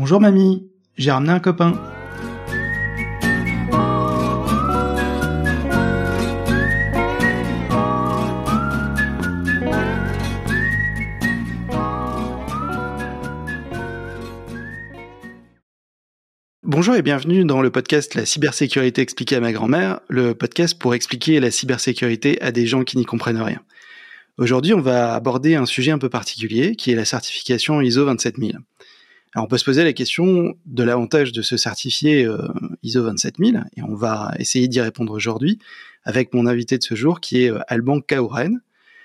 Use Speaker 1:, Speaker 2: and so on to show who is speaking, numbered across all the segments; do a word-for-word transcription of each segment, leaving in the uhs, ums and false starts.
Speaker 1: Bonjour mamie, j'ai ramené un copain. Bonjour et bienvenue dans le podcast La cybersécurité expliquée à ma grand-mère, le podcast pour expliquer la cybersécurité à des gens qui n'y comprennent rien. Aujourd'hui, on va aborder un sujet un peu particulier qui est la certification I S O vingt-sept mille. Alors on peut se poser la question de l'avantage de se certifier euh, I S O vingt-sept mille et on va essayer d'y répondre aujourd'hui avec mon invité de ce jour qui est euh, Alban Kaouren.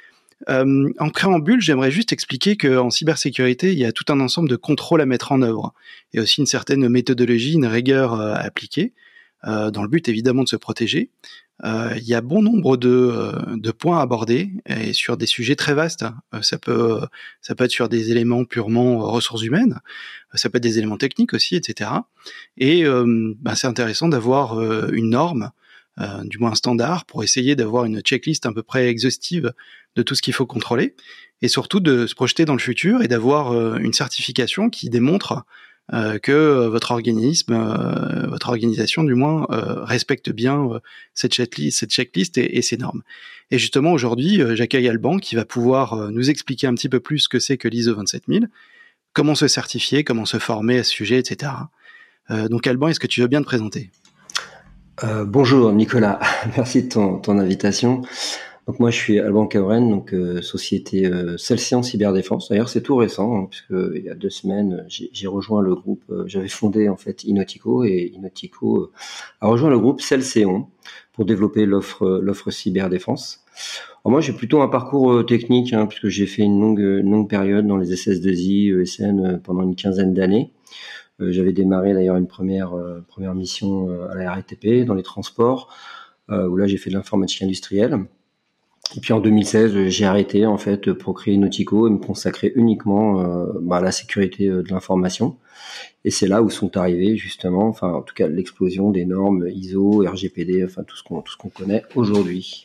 Speaker 1: Euh, en préambule, j'aimerais juste expliquer qu'en cybersécurité, il y a tout un ensemble de contrôles à mettre en œuvre et aussi une certaine méthodologie, une rigueur euh, à appliquer, euh, dans le but évidemment de se protéger. Euh, il y a bon nombre de, euh, de points à aborder et sur des sujets très vastes. Euh, ça peut, ça peut être sur des éléments purement euh, ressources humaines, ça peut être des éléments techniques aussi, et cetera. Et euh, ben, c'est intéressant d'avoir euh, une norme, euh, du moins un standard, pour essayer d'avoir une checklist à peu près exhaustive de tout ce qu'il faut contrôler, et surtout de se projeter dans le futur et d'avoir euh, une certification qui démontre euh, que votre organisme, euh, votre organisation du moins, euh, respecte bien euh, cette checklist, cette checklist et, et ces normes. Et justement aujourd'hui, euh, j'accueille Alban qui va pouvoir euh, nous expliquer un petit peu plus ce que c'est que l'I S O vingt-sept mille, comment se certifier, comment se former à ce sujet, et cetera. Euh, donc Alban, est-ce que tu veux bien te présenter ?
Speaker 2: Euh, bonjour Nicolas, merci de ton, ton invitation. Donc moi je suis Alban Kaouren, donc euh, société euh, Celséon Cyberdéfense. D'ailleurs c'est tout récent, hein, puisque il y a deux semaines j'ai, j'ai rejoint le groupe. Euh, j'avais fondé en fait Inotico et Inotico euh, a rejoint le groupe Celséon pour développer l'offre l'offre cyberdéfense. Alors moi j'ai plutôt un parcours euh, technique, hein, puisque j'ai fait une longue une longue période dans les S S deux I, E S N euh, pendant une quinzaine d'années. Euh, j'avais démarré d'ailleurs une première euh, première mission euh, à la R T P dans les transports, euh, où là j'ai fait de l'informatique industrielle. Et puis en deux mille seize, j'ai arrêté en fait pour créer Inotico et me consacrer uniquement euh, bah, à la sécurité de l'information. Et c'est là où sont arrivés justement, enfin en tout cas l'explosion des normes I S O, R G P D, enfin tout ce qu'on tout ce qu'on connaît aujourd'hui.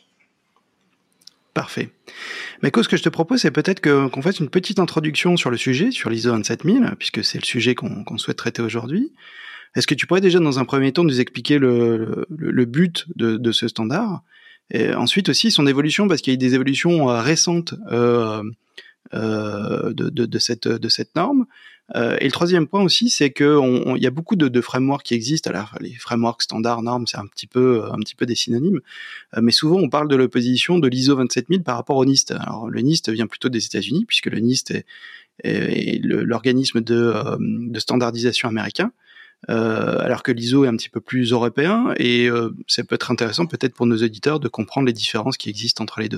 Speaker 1: Parfait. Mais ce que je te propose, c'est peut-être que, qu'on fasse une petite introduction sur le sujet, sur l'I S O vingt-sept mille, puisque c'est le sujet qu'on, qu'on souhaite traiter aujourd'hui. Est-ce que tu pourrais déjà, dans un premier temps, nous expliquer le, le, le but de, de ce standard, et ensuite aussi son évolution, parce qu'il y a eu des évolutions euh, récentes euh, euh, de, de, de, cette, de cette norme. Euh, et le troisième point aussi, c'est qu'il y a beaucoup de, de frameworks qui existent. Alors, les frameworks standards, normes, c'est un petit peu, un petit peu des synonymes. Euh, mais souvent, on parle de l'opposition de l'I S O vingt-sept mille par rapport au NIST. Alors, le NIST vient plutôt des États-Unis, puisque le NIST est, est, est le, l'organisme de, euh, de standardisation américain. Euh, alors que l'I S O est un petit peu plus européen, et euh, ça peut être intéressant peut-être pour nos auditeurs de comprendre les différences qui existent entre les deux.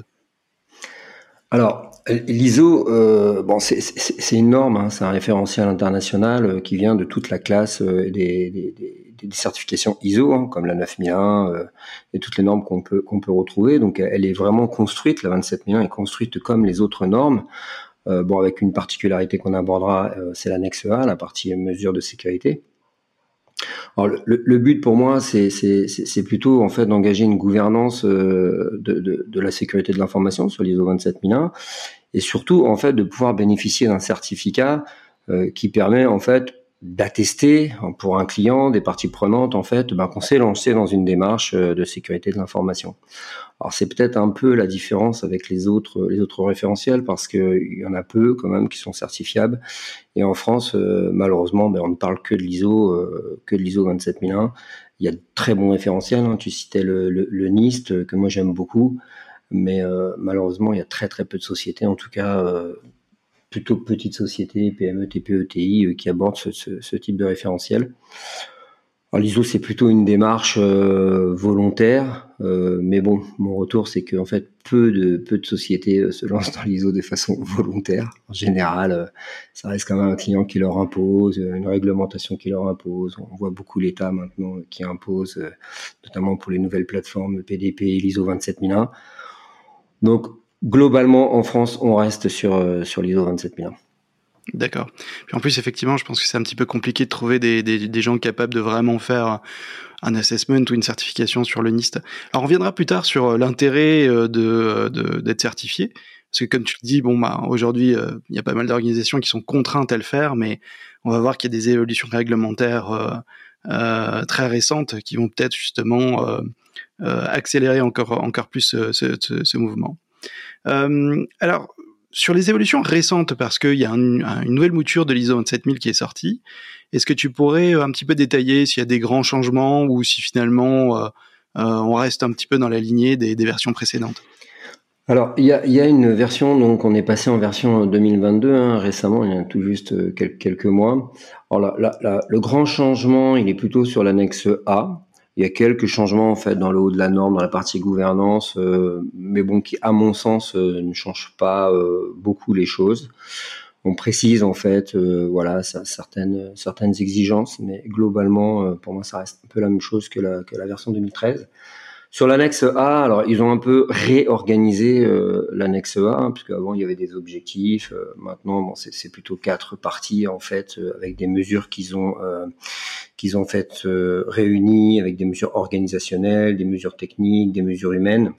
Speaker 2: Alors, l'I S O, euh, bon, c'est, c'est, c'est une norme, hein, c'est un référentiel international euh, qui vient de toute la classe euh, des, des, des, des certifications I S O, hein, comme la neuf mille un euh, et toutes les normes qu'on peut qu'on peut retrouver. Donc, elle est vraiment construite, la vingt-sept mille un est construite comme les autres normes. Euh, bon, avec une particularité qu'on abordera, euh, c'est l'annexe A, la partie mesures de sécurité. Alors, le, le but pour moi, c'est, c'est, c'est plutôt en fait d'engager une gouvernance euh, de, de, de la sécurité de l'information sur l'I S O vingt-sept mille un, et surtout en fait de pouvoir bénéficier d'un certificat euh, qui permet en fait d'attester pour un client, des parties prenantes en fait, ben, qu'on s'est lancé dans une démarche de sécurité de l'information. Alors c'est peut-être un peu la différence avec les autres les autres référentiels, parce que il y en a peu quand même qui sont certifiables. Et en France, euh, malheureusement, ben, on ne parle que de l'I S O, euh, que de l'I S O vingt-sept mille un. Il y a de très bons référentiels, hein. Tu citais le, le, le NIST, que moi j'aime beaucoup, mais euh, malheureusement, il y a très très peu de sociétés, en tout cas euh, plutôt petites sociétés, P M E, T P E, T I, euh, qui abordent ce, ce, ce type de référentiel. Alors, l'I S O, c'est plutôt une démarche euh, volontaire, euh, mais bon, mon retour, c'est que en fait, peu de peu de sociétés euh, se lancent dans l'I S O de façon volontaire. En général, euh, ça reste quand même un client qui leur impose, une réglementation qui leur impose. On voit beaucoup l'État maintenant qui impose, euh, notamment pour les nouvelles plateformes, le P D P, l'I S O vingt-sept mille un. Donc, globalement, en France, on reste sur euh, sur l'I S O vingt-sept mille un.
Speaker 1: D'accord. Puis en plus, effectivement, je pense que c'est un petit peu compliqué de trouver des, des, des gens capables de vraiment faire un assessment ou une certification sur le NIST. Alors, on reviendra plus tard sur l'intérêt de, de, d'être certifié. Parce que comme tu le dis, bon, bah, aujourd'hui, il euh, y a pas mal d'organisations qui sont contraintes à le faire, mais on va voir qu'il y a des évolutions réglementaires euh, euh, très récentes qui vont peut-être justement euh, euh, accélérer encore, encore plus ce, ce, ce, ce mouvement. Euh, alors, sur les évolutions récentes, parce qu'il y a un, un, une nouvelle mouture de l'I S O vingt-sept mille qui est sortie, est-ce que tu pourrais un petit peu détailler s'il y a des grands changements ou si finalement euh, euh, on reste un petit peu dans la lignée des, des versions précédentes?
Speaker 2: Alors, il y a, y a une version, donc on est passé en version deux mille vingt-deux, hein, récemment, il y a tout juste quelques, quelques mois. Alors, la, la, la, le grand changement, il est plutôt sur l'annexe A. Il y a quelques changements en fait dans le haut de la norme, dans la partie gouvernance, euh, mais bon, qui, à mon sens, euh, ne changent pas euh, beaucoup les choses. On précise en fait, euh, voilà, ça, certaines certaines exigences, mais globalement, euh, pour moi, ça reste un peu la même chose que la que la version deux mille treize. Sur l'annexe A, alors ils ont un peu réorganisé euh, l'annexe A, hein, puisque avant il y avait des objectifs. Euh, maintenant, bon, c'est, c'est plutôt quatre parties en fait, euh, avec des mesures qu'ils ont euh, qu'ils ont fait euh, réunies, avec des mesures organisationnelles, des mesures techniques, des mesures humaines.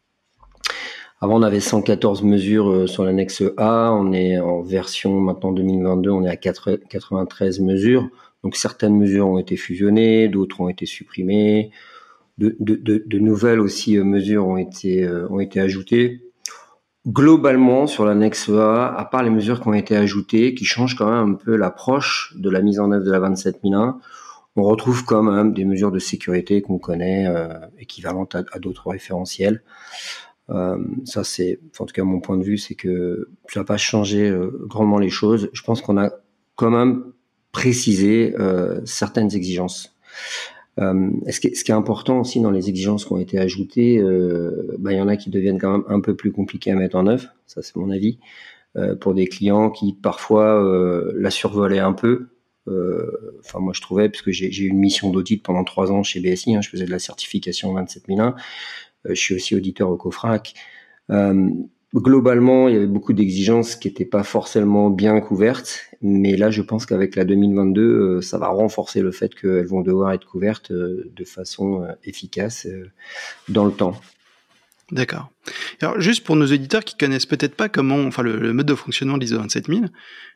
Speaker 2: Avant, on avait cent quatorze mesures euh, sur l'annexe A. On est en version maintenant deux mille vingt-deux, on est à quatre-vingt-treize mesures. Donc certaines mesures ont été fusionnées, d'autres ont été supprimées. De, de, de, de nouvelles aussi euh, mesures ont été euh, ont été ajoutées. Globalement, sur l'annexe A, à part les mesures qui ont été ajoutées, qui changent quand même un peu l'approche de la mise en œuvre de la vingt-sept mille un, on retrouve quand même des mesures de sécurité qu'on connaît, euh, équivalentes à, à d'autres référentiels. Euh, ça, c'est, en tout cas, mon point de vue, c'est que ça n'a pas changé euh, grandement les choses. Je pense qu'on a quand même précisé euh, certaines exigences. Euh, ce, qui est, ce qui est important aussi dans les exigences qui ont été ajoutées, euh, bah, y en a qui deviennent quand même un peu plus compliquées à mettre en œuvre, ça c'est mon avis, euh, pour des clients qui parfois euh, la survolaient un peu. Euh, enfin moi je trouvais, puisque j'ai, j'ai eu une mission d'audit pendant trois ans chez B S I, hein, je faisais de la certification vingt-sept mille un, euh, je suis aussi auditeur au COFRAC. Euh, Globalement, il y avait beaucoup d'exigences qui n'étaient pas forcément bien couvertes, mais là, je pense qu'avec la deux mille vingt-deux, euh, ça va renforcer le fait qu'elles vont devoir être couvertes euh, de façon euh, efficace euh, dans le temps.
Speaker 1: D'accord. Alors, juste pour nos auditeurs qui connaissent peut-être pas comment, enfin, le, le mode de fonctionnement de l'I S O vingt-sept mille,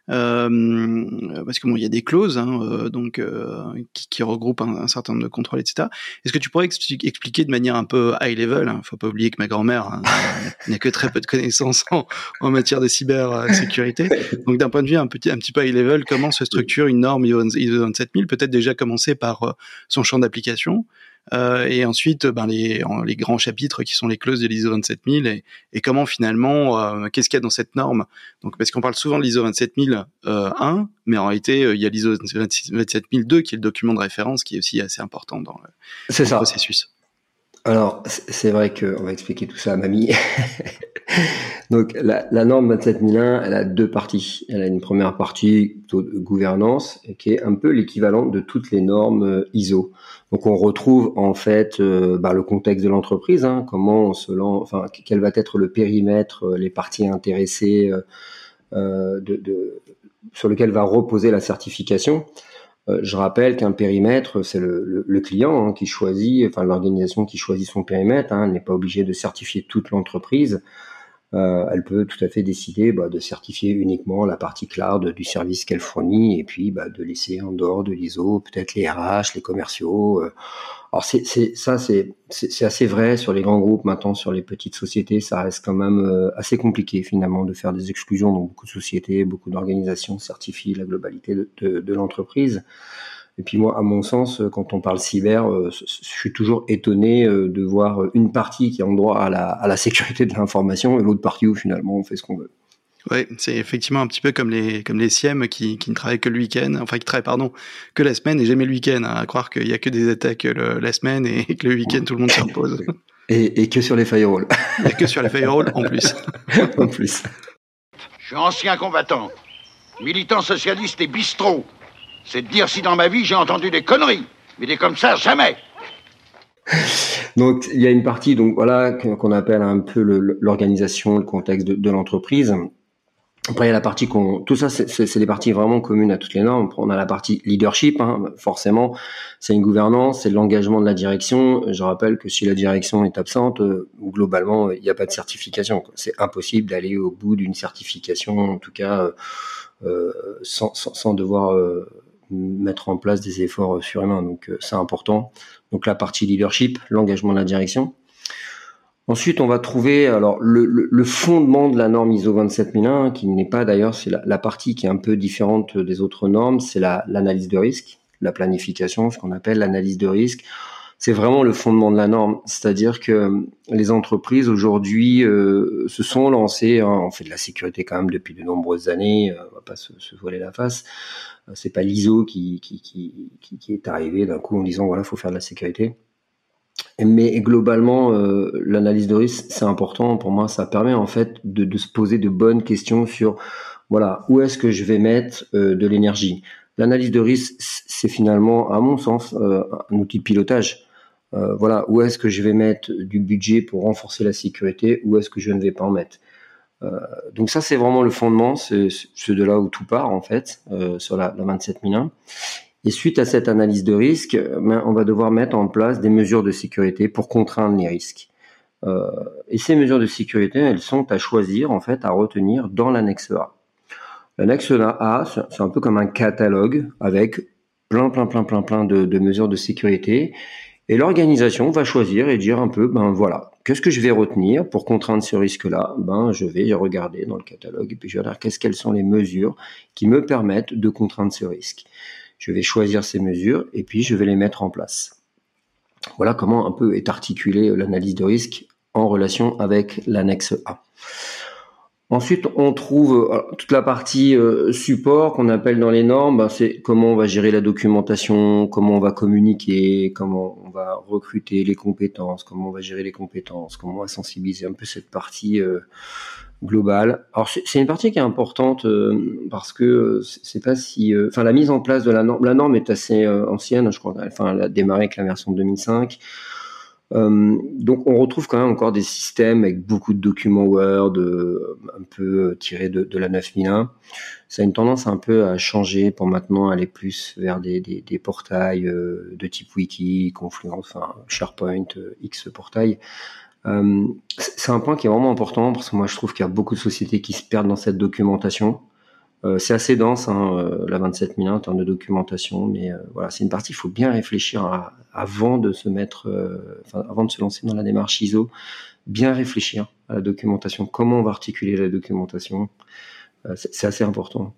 Speaker 1: euh, parce que bon, il y a des clauses, hein, euh, donc euh, qui, qui regroupent un, un certain nombre de contrôles, et cetera. Est-ce que tu pourrais expli- expliquer de manière un peu high level, hein, faut pas oublier que ma grand-mère hein, n'a que très peu de connaissances en, en matière de cybersécurité, donc d'un point de vue un petit, un petit peu high level, comment se structure une norme I S O vingt-sept mille, peut-être déjà commencer par euh, son champ d'application. Euh, et ensuite, ben les, les grands chapitres qui sont les clauses de l'I S O vingt-sept mille et, et comment finalement, euh, qu'est-ce qu'il y a dans cette norme. Donc, parce qu'on parle souvent de l'I S O vingt-sept mille un, mais en réalité, euh, il y a l'I S O vingt-sept mille deux qui est le document de référence qui est aussi assez important dans le,
Speaker 2: c'est
Speaker 1: dans
Speaker 2: ça.
Speaker 1: le processus.
Speaker 2: Alors, c'est vrai qu'on va expliquer tout ça à mamie. Donc, la, la norme vingt-sept mille un, elle a deux parties. Elle a une première partie de gouvernance, qui est un peu l'équivalent de toutes les normes I S O. Donc, on retrouve en fait euh, bah, le contexte de l'entreprise, hein, comment on se lance, enfin, quel va être le périmètre, les parties intéressées euh, de, de, sur lequel va reposer la certification. Euh, je rappelle qu'un périmètre, c'est le, le, le client hein, qui choisit, enfin l'organisation qui choisit son périmètre. Hein, elle n'est pas obligée de certifier toute l'entreprise. Euh, elle peut tout à fait décider bah, de certifier uniquement la partie cloud du service qu'elle fournit et puis bah, de laisser en dehors de l'I S O peut-être les R H, les commerciaux. Euh. Alors c'est, c'est, ça, c'est, c'est, c'est assez vrai sur les grands groupes. Maintenant, sur les petites sociétés, ça reste quand même euh, assez compliqué finalement de faire des exclusions. Donc beaucoup de sociétés, beaucoup d'organisations certifient la globalité de, de, de l'entreprise. Et puis moi, à mon sens, quand on parle cyber, euh, je suis toujours étonné euh, de voir une partie qui a droit à la, à la sécurité de l'information et l'autre partie où finalement on fait ce qu'on veut.
Speaker 1: Oui, c'est effectivement un petit peu comme les comme les S I E M qui, qui ne travaillent que le week-end, enfin qui travaillent pardon que la semaine et jamais le week-end. Hein, à croire qu'il y a que des attaques le, la semaine et que le week-end tout le monde se repose.
Speaker 2: Et, et que sur les firewalls.
Speaker 1: Et que sur les firewalls en plus.
Speaker 2: En plus.
Speaker 3: Je suis ancien combattant, militant socialiste et bistrot. C'est de dire si dans ma vie j'ai entendu des conneries, mais des comme ça jamais.
Speaker 2: Donc il y a une partie donc voilà qu'on appelle un peu le, l'organisation, le contexte de, de l'entreprise. Après, il y a la partie qu'on, tout ça, c'est, c'est, c'est des parties vraiment communes à toutes les normes. On a la partie leadership, hein, forcément, c'est une gouvernance, c'est l'engagement de la direction. Je rappelle que si la direction est absente, euh, globalement, il n'y a pas de certification, quoi. C'est impossible d'aller au bout d'une certification, en tout cas, euh, sans, sans, sans devoir euh, mettre en place des efforts surhumains. Donc, euh, c'est important. Donc, la partie leadership, l'engagement de la direction. Ensuite, on va trouver alors le, le, le fondement de la norme I S O vingt-sept mille un, qui n'est pas d'ailleurs, c'est la, la partie qui est un peu différente des autres normes, c'est la, l'analyse de risque, la planification, ce qu'on appelle l'analyse de risque. C'est vraiment le fondement de la norme, c'est-à-dire que les entreprises aujourd'hui euh, se sont lancées, hein, on fait de la sécurité quand même depuis de nombreuses années, euh, on va pas se, se voiler la face. Euh, c'est pas l'I S O qui, qui, qui, qui, qui est arrivé d'un coup en disant voilà, faut faire de la sécurité. Mais globalement, euh, l'analyse de risque, c'est important. Pour moi, ça permet en fait de, de se poser de bonnes questions sur, voilà, où est-ce que je vais mettre euh, de l'énergie. L'analyse de risque, c'est finalement, à mon sens, euh, un outil de pilotage. Euh, voilà, où est-ce que je vais mettre du budget pour renforcer la sécurité, où est-ce que je ne vais pas en mettre. Euh, donc ça, c'est vraiment le fondement, c'est, c'est de là où tout part en fait, euh, sur la, la vingt-sept mille un. Et suite à cette analyse de risque, ben, on va devoir mettre en place des mesures de sécurité pour contraindre les risques. Euh, et ces mesures de sécurité, elles sont à choisir, en fait, à retenir dans l'annexe A. L'annexe A, c'est un peu comme un catalogue avec plein, plein, plein, plein, plein de, de mesures de sécurité. Et l'organisation va choisir et dire un peu, ben voilà, qu'est-ce que je vais retenir pour contraindre ce risque-là? Ben, je vais regarder dans le catalogue et puis je vais dire qu'est-ce quelles sont les mesures qui me permettent de contraindre ce risque. Je vais choisir ces mesures et puis je vais les mettre en place. Voilà comment un peu est articulée l'analyse de risque en relation avec l'annexe A. Ensuite, on trouve alors, toute la partie euh, support qu'on appelle dans les normes, ben, c'est comment on va gérer la documentation, comment on va communiquer, comment on va recruter les compétences, comment on va gérer les compétences, comment on va sensibiliser un peu cette partie euh, globale. Alors c'est, c'est une partie qui est importante euh, parce que c'est, c'est pas si, euh, enfin la mise en place de la norme, la norme est assez euh, ancienne, je crois. Enfin, elle a démarré avec la version de deux mille cinq. Euh, donc on retrouve quand même encore des systèmes avec beaucoup de documents Word, euh, un peu tirés de, de la neuf mille un. Ça a une tendance un peu à changer pour maintenant aller plus vers des, des, des portails euh, de type Wiki, Confluence, enfin SharePoint, euh, X portail. Euh, c'est un point qui est vraiment important parce que moi je trouve qu'il y a beaucoup de sociétés qui se perdent dans cette documentation. Euh, c'est assez dense, hein, euh, la vingt-sept mille un en termes de documentation, mais euh, voilà, c'est une partie, il faut bien réfléchir à, avant de se mettre, euh, enfin, avant de se lancer dans la démarche I S O, bien réfléchir à la documentation, comment on va articuler la documentation, euh, c'est, c'est assez important.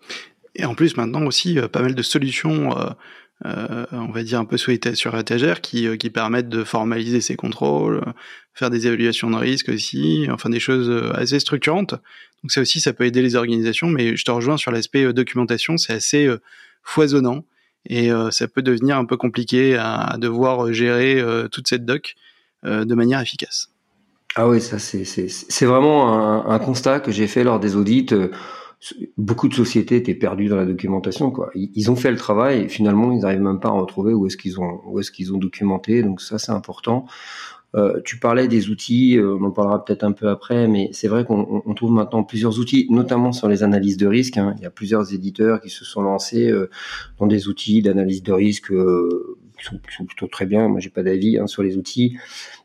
Speaker 1: Et en plus, maintenant aussi, euh, pas mal de solutions, euh, euh, on va dire un peu sur étagère, qui, euh, qui permettent de formaliser ces contrôles, euh, faire des évaluations de risque aussi, enfin des choses euh, assez structurantes. Donc ça aussi, ça peut aider les organisations, mais je te rejoins sur l'aspect euh, documentation, c'est assez euh, foisonnant, et euh, ça peut devenir un peu compliqué à, à devoir gérer euh, toute cette doc euh, de manière efficace.
Speaker 2: Ah oui, ça c'est, c'est, c'est vraiment un, un constat que j'ai fait lors des audits. Euh, beaucoup de sociétés étaient perdues dans la documentation, quoi. Ils ont fait le travail et finalement ils n'arrivent même pas à retrouver où est-ce qu'ils ont où est-ce qu'ils ont documenté. Donc ça c'est important. Euh, tu parlais des outils, euh, on en parlera peut-être un peu après, mais c'est vrai qu'on on trouve maintenant plusieurs outils, notamment sur les analyses de risque. Hein. Il y a plusieurs éditeurs qui se sont lancés euh, dans des outils d'analyse de risque euh, qui, sont, qui sont plutôt très bien. Moi j'ai pas d'avis hein, sur les outils.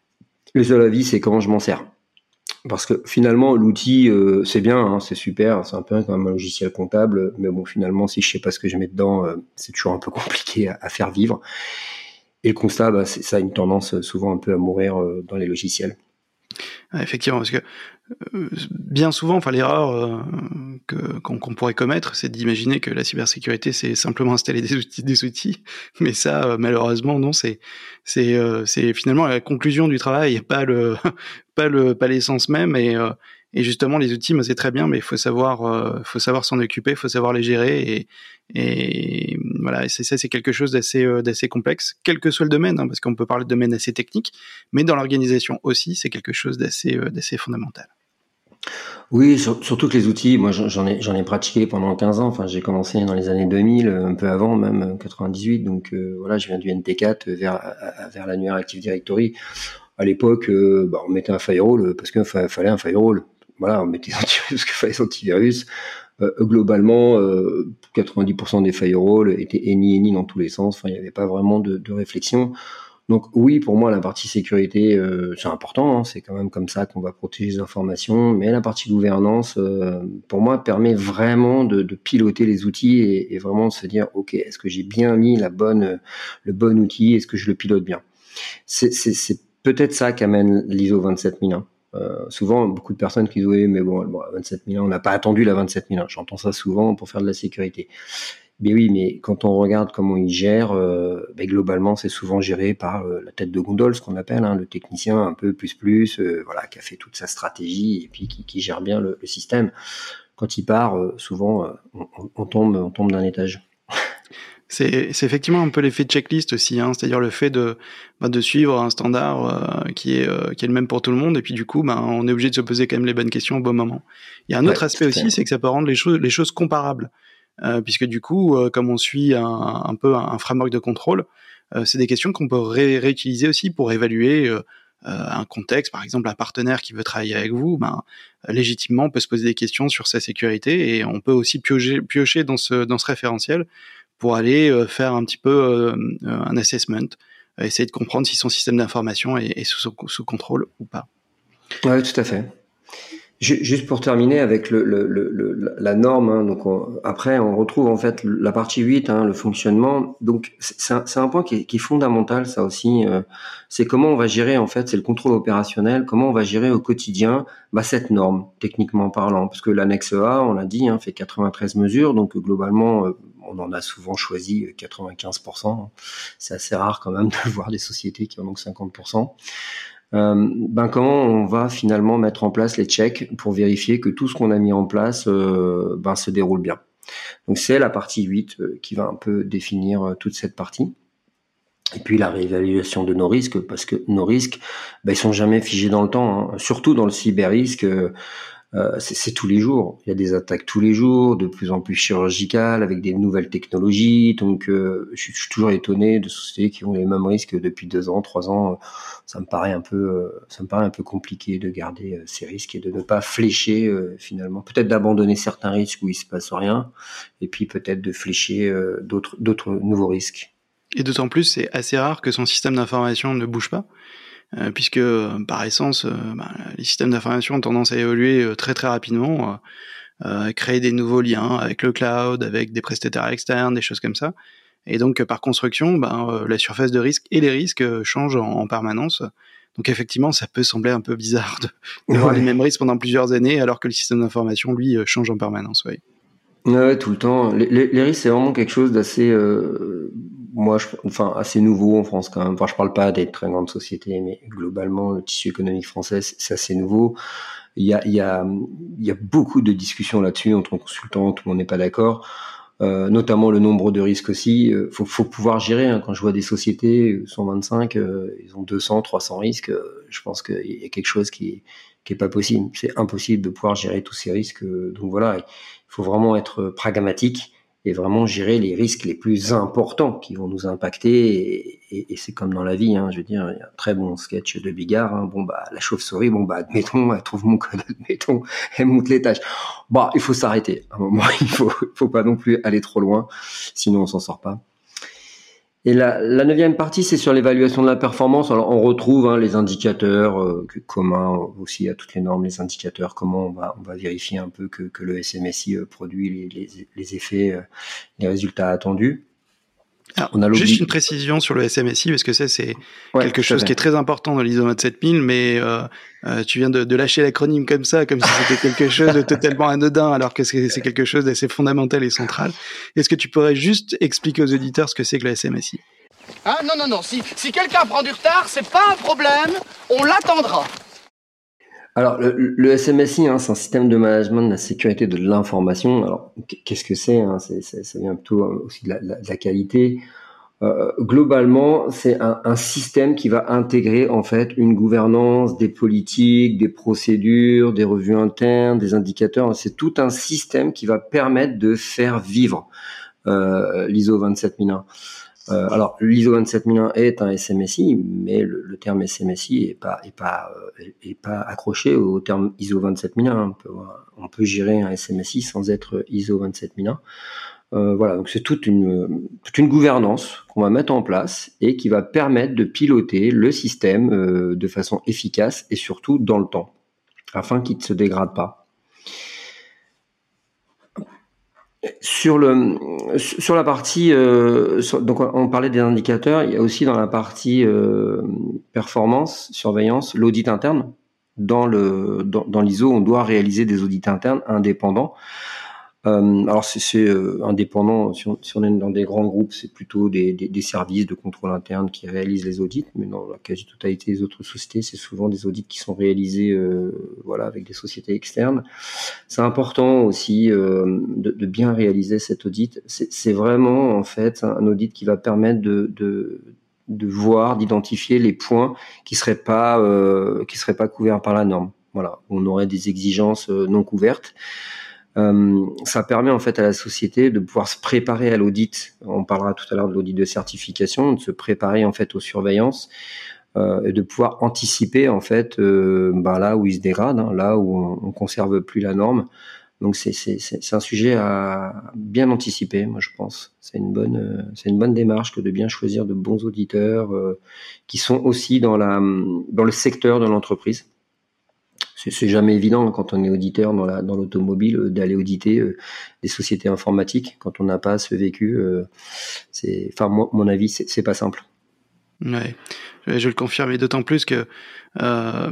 Speaker 2: Le seul avis c'est comment je m'en sers. Parce que finalement, l'outil, euh, c'est bien, hein, c'est super, c'est un peu comme un logiciel comptable, mais bon, finalement, si je sais pas ce que je mets dedans, euh, c'est toujours un peu compliqué à, à faire vivre. Et le constat, bah, c'est, ça a une tendance souvent un peu à mourir euh, dans les logiciels.
Speaker 1: Ouais, effectivement, parce que euh, bien souvent, enfin l'erreur euh, que, qu'on, qu'on pourrait commettre, c'est d'imaginer que la cybersécurité, c'est simplement installer des outils, des outils. Mais ça, euh, malheureusement, non, c'est c'est euh, c'est finalement la conclusion du travail, pas le pas le pas l'essence même. Et euh, et justement, les outils, moi, c'est très bien, mais il faut savoir euh, faut savoir s'en occuper, il faut savoir les gérer. Et et voilà, et c'est ça, c'est quelque chose d'assez euh, d'assez complexe, quel que soit le domaine, hein, parce qu'on peut parler de domaine assez technique, mais dans l'organisation aussi, c'est quelque chose d'assez euh, d'assez fondamental.
Speaker 2: Oui, sur, surtout que les outils, moi j'en ai j'en ai pratiqué pendant quinze ans. Enfin, j'ai commencé dans les années deux mille, un peu avant même quatre-vingt-dix-huit. Donc euh, voilà, je viens du N T quatre vers vers l'annuaire Active Directory. À l'époque, euh, bah, on mettait un firewall parce qu'il fallait un firewall. voilà, on mettait des antivirus parce qu'il fallait des antivirus. Euh, globalement, euh, quatre-vingt-dix pour cent des firewalls étaient any any dans tous les sens. Enfin, il n'y avait pas vraiment de, de réflexion. Donc oui, pour moi, la partie sécurité, euh, c'est important. Hein, c'est quand même comme ça qu'on va protéger les informations. Mais la partie gouvernance, euh, pour moi, permet vraiment de, de piloter les outils et, et vraiment de se dire, ok, est-ce que j'ai bien mis la bonne, le bon outil, est-ce que je le pilote bien. C'est, c'est, c'est peut-être ça qu'amène l'I S O vingt-sept mille un. Euh, souvent, beaucoup de personnes qui disent oui, mais bon, bon vingt-sept mille un, on n'a pas attendu la vingt-sept mille un. J'entends ça souvent pour faire de la sécurité. Mais oui, mais quand on regarde comment ils gèrent, euh, ben globalement, c'est souvent géré par euh, la tête de gondole, ce qu'on appelle, hein, le technicien un peu plus plus, euh, voilà, qui a fait toute sa stratégie et puis qui, qui gère bien le, le système. Quand il part, euh, souvent, euh, on, on tombe, on tombe d'un étage.
Speaker 1: C'est, c'est effectivement un peu l'effet de checklist aussi, hein, c'est-à-dire le fait de, bah, de suivre un standard euh, qui est euh, qui est le même pour tout le monde, et puis du coup, bah, on est obligé de se poser quand même les bonnes questions au bon moment. Il y a un autre ouais, aspect aussi, c'est que ça peut rendre les choses les choses comparables, euh, puisque du coup, euh, comme on suit un, un peu un, un framework de contrôle, euh, c'est des questions qu'on peut ré- réutiliser aussi pour évaluer euh, euh, un contexte, par exemple un partenaire qui veut travailler avec vous, ben légitimement on peut se poser des questions sur sa sécurité, et on peut aussi piocher piocher dans ce dans ce référentiel pour aller euh, faire un petit peu euh, un assessment, euh, essayer de comprendre si son système d'information est, est sous, sous contrôle ou pas.
Speaker 2: Oui, tout à fait. Juste pour terminer avec le, le, le, la norme, hein, donc on, après on retrouve en fait la partie huit, hein, le fonctionnement. Donc c'est un, c'est un point qui est, qui est fondamental, ça aussi. Euh, c'est comment on va gérer en fait, c'est le contrôle opérationnel. Comment on va gérer au quotidien bah, cette norme, techniquement parlant, parce que l'annexe A, on l'a dit, hein, fait quatre-vingt-treize mesures, donc globalement euh, on en a souvent choisi quatre-vingt-quinze pour cent. C'est assez rare quand même de voir des sociétés qui en ont cinquante pour cent. Euh, ben comment on va finalement mettre en place les checks pour vérifier que tout ce qu'on a mis en place euh, ben se déroule bien. Donc c'est la partie huit euh, qui va un peu définir euh, toute cette partie. Et puis la réévaluation de nos risques, parce que nos risques, ben, ils sont jamais figés dans le temps, hein. Surtout dans le cyber-risque, euh, Euh, c'est, c'est tous les jours. Il y a des attaques tous les jours, de plus en plus chirurgicales, avec des nouvelles technologies. Donc, euh, je, suis, je suis toujours étonné de sociétés qui ont les mêmes risques depuis deux ans, trois ans. Ça me paraît un peu, euh, ça me paraît un peu compliqué de garder euh, ces risques et de ne pas flécher euh, finalement. Peut-être d'abandonner certains risques où il se passe rien, et puis peut-être de flécher euh, d'autres, d'autres nouveaux risques.
Speaker 1: Et d'autant plus, c'est assez rare que son système d'information ne bouge pas. Euh, puisque euh, par essence, euh, bah, les systèmes d'information ont tendance à évoluer euh, très très rapidement, euh, à créer des nouveaux liens avec le cloud, avec des prestataires externes, des choses comme ça. Et donc, euh, par construction, bah, euh, la surface de risque et les risques euh, changent en, en permanence. Donc effectivement, ça peut sembler un peu bizarre de, de ouais. voir les mêmes risques pendant plusieurs années, alors que le système d'information, lui, euh, change en permanence. Ouais.
Speaker 2: Ouais, tout le temps. Les, les, les risques, c'est vraiment quelque chose d'assez... Euh... moi, je, enfin, assez nouveau en France quand même. Enfin, je parle pas des très grandes sociétés, mais globalement, le tissu économique français, c'est assez nouveau. Il y a, il y a, il y a beaucoup de discussions là-dessus entre consultants, tout le monde n'est pas d'accord. Euh, notamment le nombre de risques aussi. Euh, faut, faut pouvoir gérer. Hein. Quand je vois des sociétés, cent vingt-cinq, euh, ils ont deux cents, trois cents risques. Euh, je pense qu'il y a quelque chose qui, qui est pas possible. C'est impossible de pouvoir gérer tous ces risques. Euh, donc voilà, il faut vraiment être pragmatique et vraiment gérer les risques les plus importants qui vont nous impacter. Et, et, et c'est comme dans la vie, hein, je veux dire, il y a un très bon sketch de Bigard. Hein, bon bah la chauve-souris, bon bah admettons, elle trouve mon code, admettons, elle monte les tâches. Bah il faut s'arrêter. À un moment, il faut, faut pas non plus aller trop loin, sinon on s'en sort pas. Et la, la neuvième partie, c'est sur l'évaluation de la performance. Alors, on retrouve hein, les indicateurs euh, communs aussi à toutes les normes, les indicateurs, comment on va, on va vérifier un peu que, que le S M S I euh, produit les, les, les effets, euh, les résultats attendus.
Speaker 1: Alors, on a juste une précision sur le S M S I, parce que ça, c'est ouais, quelque chose qui est très important dans l'I S O vingt-sept mille, mais euh, euh, tu viens de, de lâcher l'acronyme comme ça, comme si c'était quelque chose de totalement anodin, alors que c'est, c'est quelque chose d'assez fondamental et central. Est-ce que tu pourrais juste expliquer aux auditeurs ce que c'est que le S M S I ?
Speaker 4: Ah non, non, non, si, si quelqu'un prend du retard, c'est pas un problème, on l'attendra.
Speaker 2: Alors, le, le S M S I, hein, c'est un système de management de la sécurité de l'information. Alors, qu'est-ce que c'est, hein, c'est, c'est ça vient plutôt aussi de la, de la qualité. Euh, globalement, c'est un, un système qui va intégrer en fait une gouvernance, des politiques, des procédures, des revues internes, des indicateurs. C'est tout un système qui va permettre de faire vivre euh, l'I S O vingt-sept mille un. Euh, alors, l'I S O vingt-sept mille un est un S M S I, mais le, le terme S M S I est pas est pas euh, est pas accroché au terme I S O vingt-sept mille un. On peut, on peut gérer un S M S I sans être I S O vingt-sept mille un. Euh, voilà, donc c'est toute une toute une gouvernance qu'on va mettre en place et qui va permettre de piloter le système euh, de façon efficace et surtout dans le temps, afin qu'il ne se dégrade pas. Sur le sur la partie euh, sur, donc on parlait des indicateurs, il y a aussi dans la partie euh, performance, surveillance, l'audit interne. Dans le dans, dans l'I S O, on doit réaliser des audits internes indépendants. Euh, alors c'est, c'est euh, indépendant, si on, si on est dans des grands groupes, c'est plutôt des, des, des services de contrôle interne qui réalisent les audits, mais dans la quasi-totalité des autres sociétés, c'est souvent des audits qui sont réalisés euh, voilà, avec des sociétés externes. C'est important aussi euh, de, de bien réaliser cet audit. C'est, c'est vraiment en fait un audit qui va permettre de, de, de voir, d'identifier les points qui seraient pas euh, qui seraient pas couverts par la norme. Voilà, on aurait des exigences euh, non couvertes. Euh, ça permet en fait à la société de pouvoir se préparer à l'audit. On parlera tout à l'heure de l'audit de certification, de se préparer en fait aux surveillances euh, et de pouvoir anticiper en fait euh, bah, là où il se dégrade, hein, là où on, on conserve plus la norme. Donc c'est, c'est, c'est, c'est un sujet à bien anticiper, moi je pense. C'est une bonne, euh, c'est une bonne démarche que de bien choisir de bons auditeurs euh, qui sont aussi dans la, dans le secteur de l'entreprise. C'est jamais évident quand on est auditeur dans, la, dans l'automobile euh, d'aller auditer euh, des sociétés informatiques quand on n'a pas ce vécu. Euh, c'est, enfin, moi, mon avis, c'est, c'est pas simple.
Speaker 1: Ouais, je le confirme, et d'autant plus que, euh,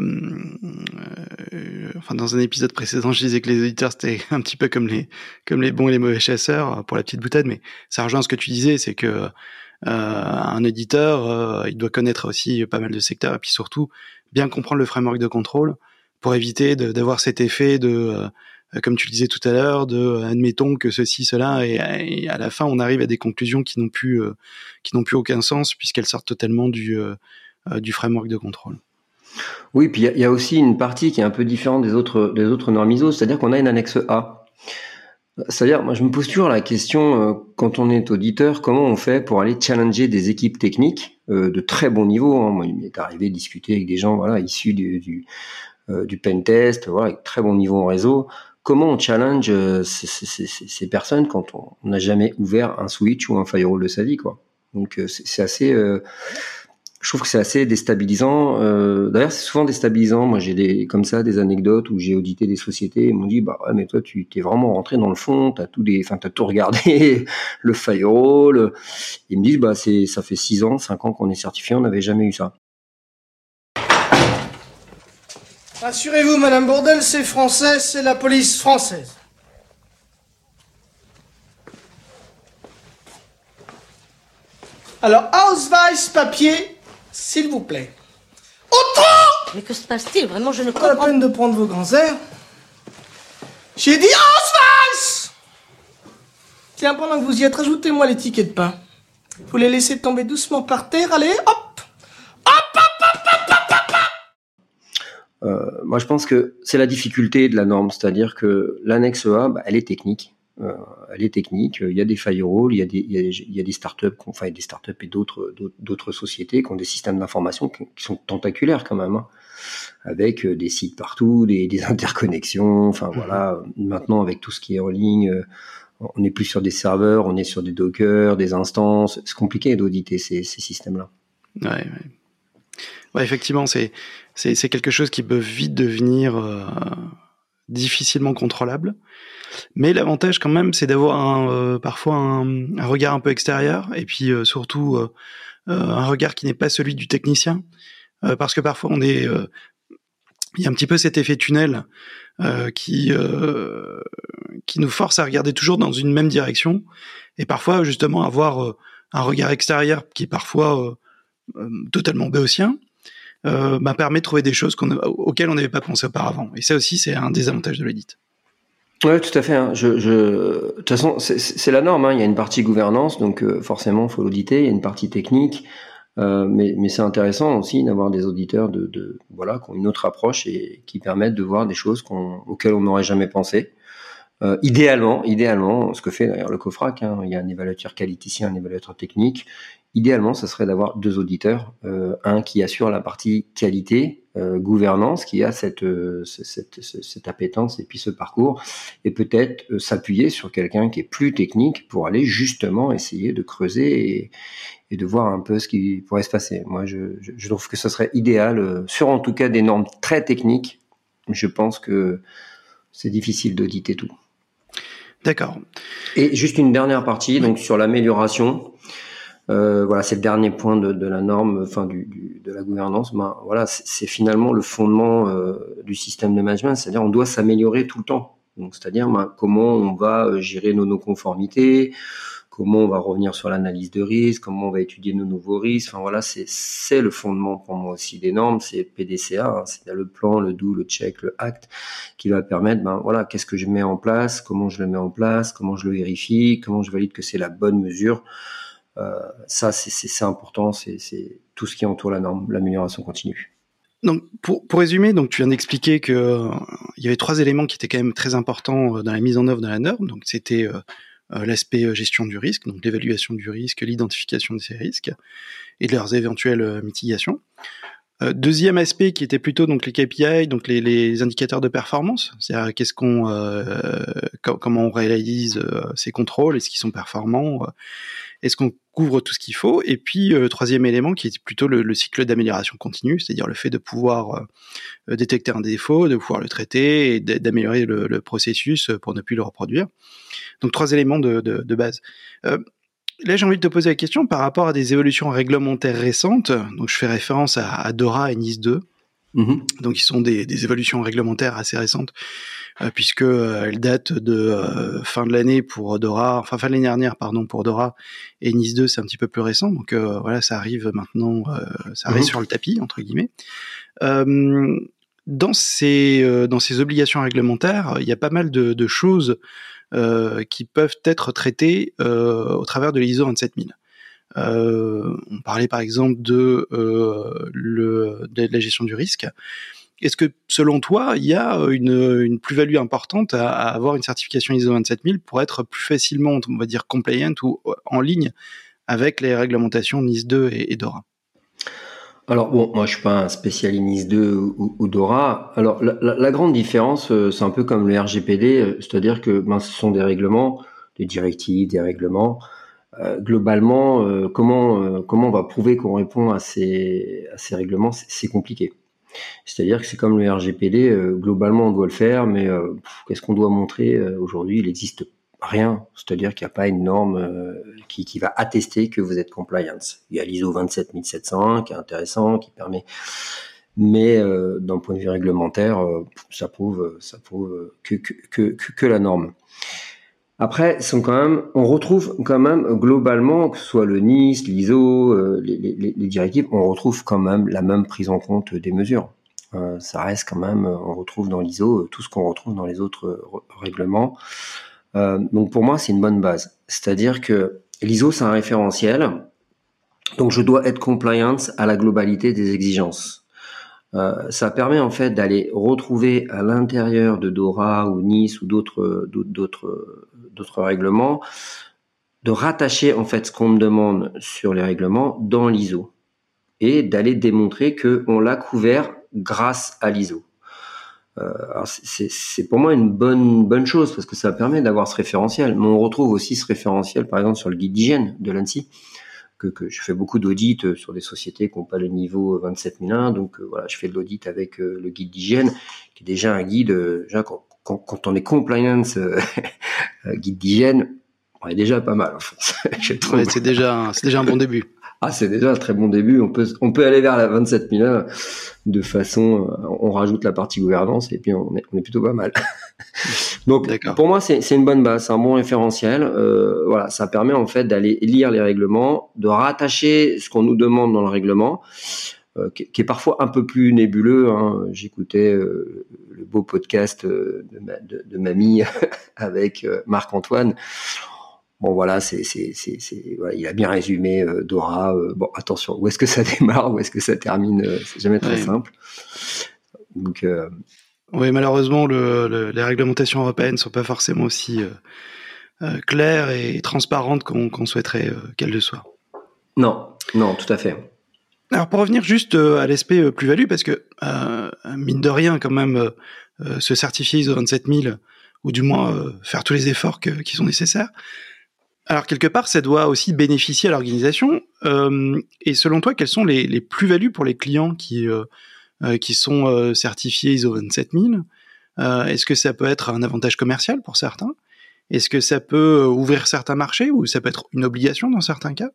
Speaker 1: euh, enfin, dans un épisode précédent, je disais que les auditeurs c'était un petit peu comme les comme les bons et les mauvais chasseurs, pour la petite boutade, mais ça rejoint ce que tu disais, c'est que euh, un auditeur, euh, il doit connaître aussi pas mal de secteurs, et puis surtout bien comprendre le framework de contrôle pour éviter de, d'avoir cet effet de euh, comme tu le disais tout à l'heure, de admettons que ceci, cela, et, et à la fin on arrive à des conclusions qui n'ont plus, euh, qui n'ont plus aucun sens puisqu'elles sortent totalement du, euh, du framework de contrôle.
Speaker 2: Oui, puis il y, y a aussi une partie qui est un peu différente des autres, des autres normes I S O, c'est-à-dire qu'on a une annexe A. C'est-à-dire, moi je me pose toujours la question, euh, quand on est auditeur, comment on fait pour aller challenger des équipes techniques euh, de très bon niveau, hein. Moi il m'est arrivé de discuter avec des gens voilà, issus du, du, euh, du pentest, voilà, avec très bon niveau en réseau. Comment on challenge euh, ces, ces, ces, ces personnes quand on n'a jamais ouvert un switch ou un firewall de sa vie, quoi. Donc euh, c'est, c'est assez, euh, je trouve que c'est assez déstabilisant. Euh, d'ailleurs, c'est souvent déstabilisant. Moi, j'ai des comme ça des anecdotes où j'ai audité des sociétés. Ils m'ont dit, bah ouais, mais toi, tu t'es vraiment rentré dans le fond. T'as tout des, enfin, t'as tout regardé, le firewall. Ils me disent, bah c'est, ça fait six ans, cinq ans qu'on est certifié, on n'avait jamais eu ça.
Speaker 5: Rassurez-vous, Madame Bourdelle, c'est français, c'est la police française. Alors, Ausweis, papier, s'il vous plaît. Autant!
Speaker 6: Mais que se passe-t-il? Vraiment, je ne
Speaker 5: Pas la
Speaker 6: comprends
Speaker 5: peine de prendre vos grands airs. J'ai dit Ausweis! Tiens, pendant que vous y êtes, rajoutez-moi les tickets de pain. Vous les laissez tomber doucement par terre, allez, hop! Hop, hop, hop, hop, hop, hop, hop!
Speaker 2: Euh, moi, je pense que c'est la difficulté de la norme, c'est-à-dire que l'annexe A, bah, elle est technique. Euh, elle est technique. Il y a des firewalls, il y a des, il y a, il y a des startups, enfin des startups et d'autres, d'autres, d'autres sociétés qui ont des systèmes d'information qui, qui sont tentaculaires quand même, hein, avec des sites partout, des, des interconnexions. Enfin voilà. Maintenant, avec tout ce qui est en ligne, on n'est plus sur des serveurs, on est sur des dockers, des instances. C'est compliqué d'auditer ces, ces systèmes-là.
Speaker 1: Ouais, ouais. Ouais, effectivement, c'est, c'est, c'est quelque chose qui peut vite devenir euh, difficilement contrôlable. Mais l'avantage quand même, c'est d'avoir un, euh, parfois un, un regard un peu extérieur, et puis euh, surtout euh, euh, un regard qui n'est pas celui du technicien, euh, parce que parfois on est, euh, il y a un petit peu cet effet tunnel euh, qui euh, qui nous force à regarder toujours dans une même direction, et parfois justement avoir euh, un regard extérieur qui est parfois euh, euh, totalement béotien. Euh, bah, permet de trouver des choses qu'on a, auxquelles on n'avait pas pensé auparavant. Et ça aussi, c'est un des avantages de l'audit.
Speaker 2: Ouais, tout à fait. Hein. Je, je, de toute façon, c'est, c'est la norme. Hein. Il y a une partie gouvernance, donc euh, forcément, il faut l'auditer. Il y a une partie technique, euh, mais, mais c'est intéressant aussi d'avoir des auditeurs de, de, voilà, qui ont une autre approche et qui permettent de voir des choses qu'on, auxquelles on n'aurait jamais pensé. Euh, idéalement, idéalement, ce que fait d'ailleurs le COFRAC, hein, il y a un évaluateur qualiticien, un évaluateur technique. Idéalement, ce serait d'avoir deux auditeurs, euh, un qui assure la partie qualité, euh, gouvernance, qui a cette, euh, cette, cette, cette appétence et puis ce parcours, et peut-être euh, s'appuyer sur quelqu'un qui est plus technique pour aller justement essayer de creuser et, et de voir un peu ce qui pourrait se passer. Moi, je, je, je trouve que ce serait idéal, euh, sur en tout cas des normes très techniques. Je pense que c'est difficile d'auditer tout.
Speaker 1: D'accord.
Speaker 2: Et juste une dernière partie, donc sur l'amélioration. Euh, voilà, c'est le dernier point de, de la norme, enfin du, du, de la gouvernance. Ben voilà, c'est, c'est finalement le fondement euh, du système de management, c'est-à-dire on doit s'améliorer tout le temps. Donc, c'est-à-dire ben, comment on va gérer nos non-conformités, comment on va revenir sur l'analyse de risque, comment on va étudier nos nouveaux risques. Enfin voilà, c'est c'est le fondement pour moi aussi des normes, c'est P D C A, hein, c'est le plan, le do, le check, le act, qui va permettre, ben voilà, qu'est-ce que je mets en place, comment je le mets en place, comment je le vérifie, comment je valide que c'est la bonne mesure. Euh, ça, c'est, c'est, c'est important, c'est, c'est tout ce qui entoure la norme, l'amélioration continue.
Speaker 1: Donc, pour, pour résumer, donc tu viens d'expliquer que euh, il y avait trois éléments qui étaient quand même très importants dans la mise en œuvre de la norme. Donc, c'était euh, euh, l'aspect gestion du risque, donc l'évaluation du risque, l'identification de ces risques et de leurs éventuelles euh, mitigations. Euh, deuxième aspect qui était plutôt donc les K P I, donc les, les indicateurs de performance, c'est-à-dire qu'est-ce qu'on, euh, co- comment on réalise euh, ces contrôles, est-ce qu'ils sont performants, euh, est-ce qu'on couvre tout ce qu'il faut, et puis euh, troisième élément qui est plutôt le, le cycle d'amélioration continue, c'est-à-dire le fait de pouvoir euh, détecter un défaut, de pouvoir le traiter et d'améliorer le, le processus pour ne plus le reproduire. Donc trois éléments de, de, de base. Euh, Là, j'ai envie de te poser la question par rapport à des évolutions réglementaires récentes. Donc, je fais référence à, à DORA et NIS deux. Mm-hmm. Donc, ils sont des, des évolutions réglementaires assez récentes, euh, puisque euh, elles datent de euh, fin de l'année pour DORA, enfin fin de l'année dernière, pardon, pour DORA, et NIS deux, c'est un petit peu plus récent. Donc, euh, voilà, ça arrive maintenant, euh, ça arrive mm-hmm. sur le tapis, entre guillemets. Euh, dans ces euh, dans ces obligations réglementaires, il y a pas mal de, de choses Euh, qui peuvent être traités euh, au travers de l'I S O vingt-sept mille. Euh, on parlait par exemple de, euh, le, de la gestion du risque. Est-ce que selon toi, il y a une, une plus-value importante à, à avoir une certification I S O vingt-sept mille pour être plus facilement, on va dire, compliant ou en ligne avec les réglementations NIS deux et, et DORA?
Speaker 2: Alors bon, moi je suis pas un spécialiste NIS deux ou, ou DORA. Alors la, la, la grande différence, euh, c'est un peu comme le R G P D, euh, c'est-à-dire que ben, ce sont des règlements, des directives, des règlements. Euh, globalement, euh, comment euh, comment on va prouver qu'on répond à ces à ces règlements, c'est, c'est compliqué. C'est-à-dire que c'est comme le R G P D, euh, globalement on doit le faire, mais euh, pff, qu'est-ce qu'on doit montrer euh, aujourd'hui? Il existe rien, c'est-à-dire qu'il n'y a pas une norme euh, qui, qui va attester que vous êtes compliance. Il y a l'I S O vingt-sept mille sept cent un qui est intéressant, qui permet, mais euh, d'un point de vue réglementaire, euh, ça prouve, ça prouve que, que, que, que la norme. Après, sont quand même, on retrouve quand même globalement, que ce soit le NIS, l'I S O, euh, les, les, les directives, on retrouve quand même la même prise en compte des mesures. Euh, ça reste quand même, on retrouve dans l'I S O tout ce qu'on retrouve dans les autres règlements. Euh, donc pour moi, c'est une bonne base. C'est-à-dire que l'I S O, c'est un référentiel, donc je dois être compliant à la globalité des exigences. Euh, ça permet en fait d'aller retrouver à l'intérieur de DORA ou NIS ou d'autres, d'autres, d'autres, d'autres règlements, de rattacher en fait ce qu'on me demande sur les règlements dans l'I S O et d'aller démontrer qu'on l'a couvert grâce à l'I S O. Euh, alors c'est, c'est pour moi une bonne bonne chose parce que ça permet d'avoir ce référentiel. Mais on retrouve aussi ce référentiel, par exemple, sur le guide d'hygiène de l'ANSSI, que, que je fais beaucoup d'audits sur des sociétés qui n'ont pas le niveau vingt-sept mille un. Donc euh, voilà, je fais de l'audit avec euh, le guide d'hygiène, qui est déjà un guide. Euh, déjà, quand, quand, quand on est compliance euh, guide d'hygiène, on est déjà pas mal en France. Je trouve.
Speaker 1: Ouais, c'est déjà un, c'est déjà un bon début.
Speaker 2: Ah, c'est déjà un très bon début. On peut, on peut aller vers la vingt-sept mille un de façon, on rajoute la partie gouvernance et puis on est, on est plutôt pas mal. Donc, D'accord. Pour moi, c'est, c'est une bonne base, c'est un bon référentiel. Euh, voilà, ça permet en fait d'aller lire les règlements, de rattacher ce qu'on nous demande dans le règlement, euh, qui, qui est parfois un peu plus nébuleux. Hein. J'écoutais euh, le beau podcast de, de, de Mamie avec euh, Marc-Antoine. Bon voilà, c'est c'est c'est, c'est voilà, il a bien résumé euh, DORA. Euh, bon attention, où est-ce que ça démarre, où est-ce que ça termine, euh, c'est jamais très ouais. simple. Donc euh,
Speaker 1: Oui, malheureusement, le, le, les réglementations européennes ne sont pas forcément aussi euh, euh, claires et transparentes qu'on, qu'on souhaiterait euh, qu'elles le soient.
Speaker 2: Non, non, tout à fait.
Speaker 1: Alors pour revenir juste euh, à l'aspect euh, plus-value, parce que euh, mine de rien quand même, euh, euh, se certifier I S O vingt-sept mille, ou du moins euh, faire tous les efforts que, qui sont nécessaires, alors quelque part ça doit aussi bénéficier à l'organisation. Euh, et selon toi, quelles sont les, les plus-values pour les clients qui, euh, euh, qui sont euh, certifiés I S O vingt-sept mille? euh, Est-ce que ça peut être un avantage commercial pour certains? Est-ce que ça peut ouvrir certains marchés, ou ça peut être une obligation dans certains cas?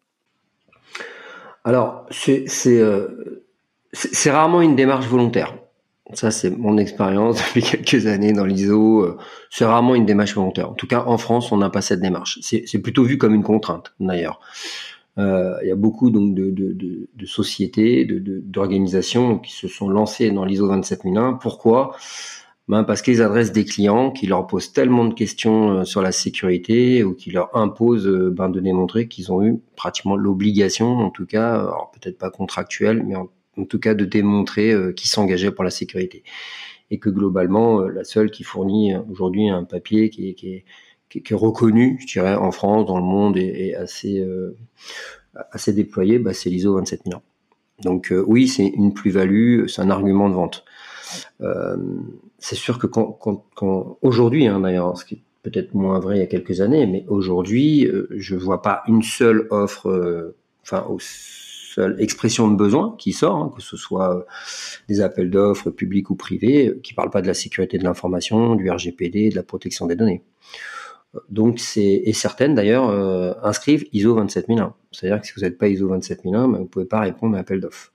Speaker 2: Alors, c'est, c'est, euh, c'est, c'est rarement une démarche volontaire. Ça, c'est mon expérience depuis quelques années dans l'I S O. C'est rarement une démarche volontaire. En tout cas, en France, on n'a pas cette démarche. C'est, c'est plutôt vu comme une contrainte, d'ailleurs. Euh, il y a beaucoup donc de, de, de, de sociétés, de, de, d'organisations qui se sont lancées dans l'I S O vingt-sept mille un. Pourquoi ? Ben parce qu'ils adressent des clients qui leur posent tellement de questions sur la sécurité ou qui leur imposent ben, de démontrer qu'ils ont eu pratiquement l'obligation, en tout cas, alors peut-être pas contractuelle, mais en, en tout cas de démontrer euh, qu'ils s'engageaient pour la sécurité. Et que globalement, euh, la seule qui fournit aujourd'hui un papier qui est, qui est, qui est, qui est reconnu, je dirais, en France, dans le monde, et, et assez, euh, assez déployé, ben, c'est l'I S O vingt-sept mille un. Donc euh, oui, c'est une plus-value, c'est un argument de vente. Euh, c'est sûr que quand, quand, quand aujourd'hui, hein, d'ailleurs, ce qui est peut-être moins vrai il y a quelques années, mais aujourd'hui, euh, je vois pas une seule offre, euh, enfin, une seule expression de besoin qui sort, hein, que ce soit euh, des appels d'offres publics ou privés, euh, qui parlent pas de la sécurité de l'information, du R G P D, de la protection des données. Donc, c'est, et certaines d'ailleurs euh, inscrivent I S O vingt-sept mille un. C'est-à-dire que si vous n'êtes pas I S O vingt-sept mille un, ben, vous pouvez pas répondre à l'appel d'offres.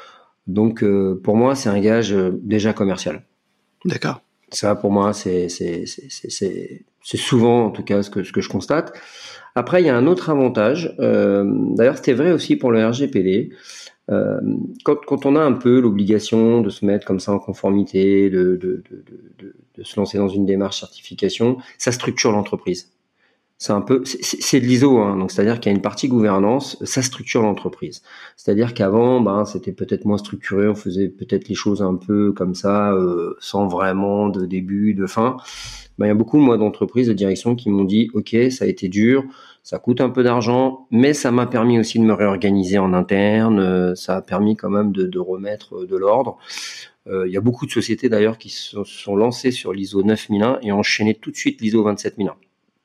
Speaker 2: Donc, euh, pour moi, c'est un gage euh, déjà commercial.
Speaker 1: D'accord.
Speaker 2: Ça, pour moi, c'est, c'est, c'est, c'est, c'est, c'est souvent, en tout cas, ce que, ce que je constate. Après, il y a un autre avantage. Euh, d'ailleurs, c'était vrai aussi pour le R G P D. Euh, quand, quand on a un peu l'obligation de se mettre comme ça en conformité, de, de, de, de, de se lancer dans une démarche certification, ça structure l'entreprise. C'est un peu, c'est, c'est de l'I S O, hein, donc c'est-à-dire qu'il y a une partie gouvernance, ça structure l'entreprise. C'est-à-dire qu'avant, ben, c'était peut-être moins structuré, on faisait peut-être les choses un peu comme ça, euh, sans vraiment de début, de fin. Ben, il y a beaucoup, moi, d'entreprises, de direction qui m'ont dit, ok, ça a été dur, ça coûte un peu d'argent, mais ça m'a permis aussi de me réorganiser en interne, euh, ça a permis quand même de, de remettre de l'ordre. Euh, il y a beaucoup de sociétés d'ailleurs qui se sont lancées sur l'I S O neuf mille un et ont enchaîné tout de suite l'I S O vingt-sept mille un.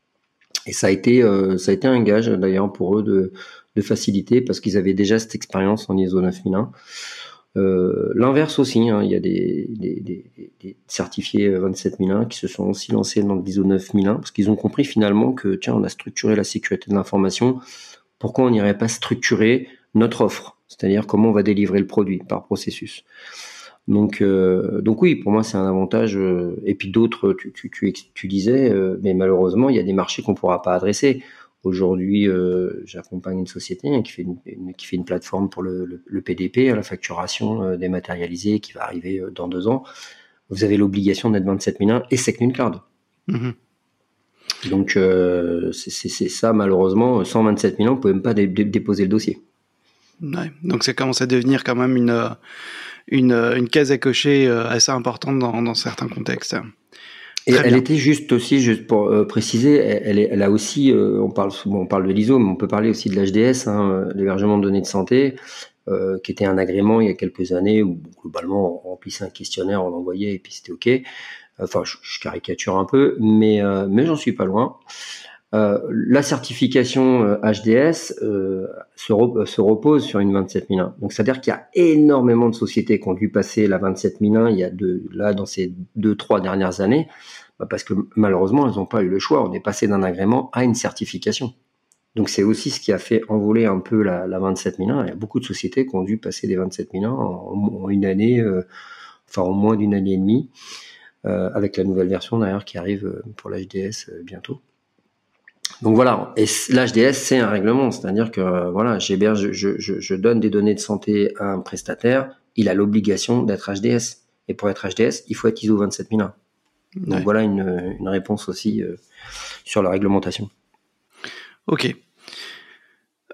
Speaker 2: Et ça a été, euh, ça a été un gage d'ailleurs pour eux de, de facilité parce qu'ils avaient déjà cette expérience en I S O neuf mille un. Euh, l'inverse aussi, hein, il y a des, des, des, des certifiés vingt-sept mille un qui se sont aussi lancés dans l'I S O neuf mille un parce qu'ils ont compris finalement que tiens, on a structuré la sécurité de l'information. Pourquoi on n'irait pas structurer notre offre, c'est-à-dire comment on va délivrer le produit par processus. Donc, euh, donc oui, pour moi c'est un avantage. Euh, et puis d'autres, tu, tu, tu, tu disais, euh, mais malheureusement il y a des marchés qu'on pourra pas adresser. Aujourd'hui, euh, j'accompagne une société hein, qui fait une, une, qui fait une plateforme pour le, le, le P D P, la facturation euh, dématérialisée, qui va arriver euh, dans deux ans. Vous avez l'obligation d'être vingt-sept mille un et SecNum Cloud. Mm-hmm. Donc euh, c'est, c'est, c'est ça malheureusement. Sans vingt-sept mille un, on peut même pas dé- dé- déposer le dossier.
Speaker 1: Ouais, donc ça commence à devenir quand même une euh... Une, une case à cocher assez importante dans, dans certains contextes.
Speaker 2: Et Très elle bien. Était juste aussi, juste pour euh, préciser, elle, elle, elle a aussi, euh, on parle souvent, on parle de l'I S O, mais on peut parler aussi de l'H D S, hein, l'hébergement de données de santé, euh, qui était un agrément il y a quelques années où globalement on remplissait un questionnaire, on l'envoyait et puis c'était ok. Enfin, je, je caricature un peu, mais euh, mais j'en suis pas loin. Euh, la certification euh, H D S euh, se, re, se repose sur une vingt-sept mille un. Donc, c'est-à-dire qu'il y a énormément de sociétés qui ont dû passer la vingt-sept mille un il y a deux, là, dans ces deux, trois dernières années, bah parce que malheureusement, elles n'ont pas eu le choix. On est passé d'un agrément à une certification. Donc, c'est aussi ce qui a fait envoler un peu la, la vingt-sept mille un. Il y a beaucoup de sociétés qui ont dû passer des vingt-sept mille un en, en une année, euh, enfin, en moins d'une année et demie, euh, avec la nouvelle version d'ailleurs qui arrive pour l'H D S euh, bientôt. Donc voilà, et l'H D S c'est un règlement, c'est-à-dire que euh, voilà, j'héberge, je, je, je donne des données de santé à un prestataire, il a l'obligation d'être H D S, et pour être H D S, il faut être I S O vingt-sept mille un. Donc ouais. Voilà une, une réponse aussi euh, sur la réglementation.
Speaker 1: Ok.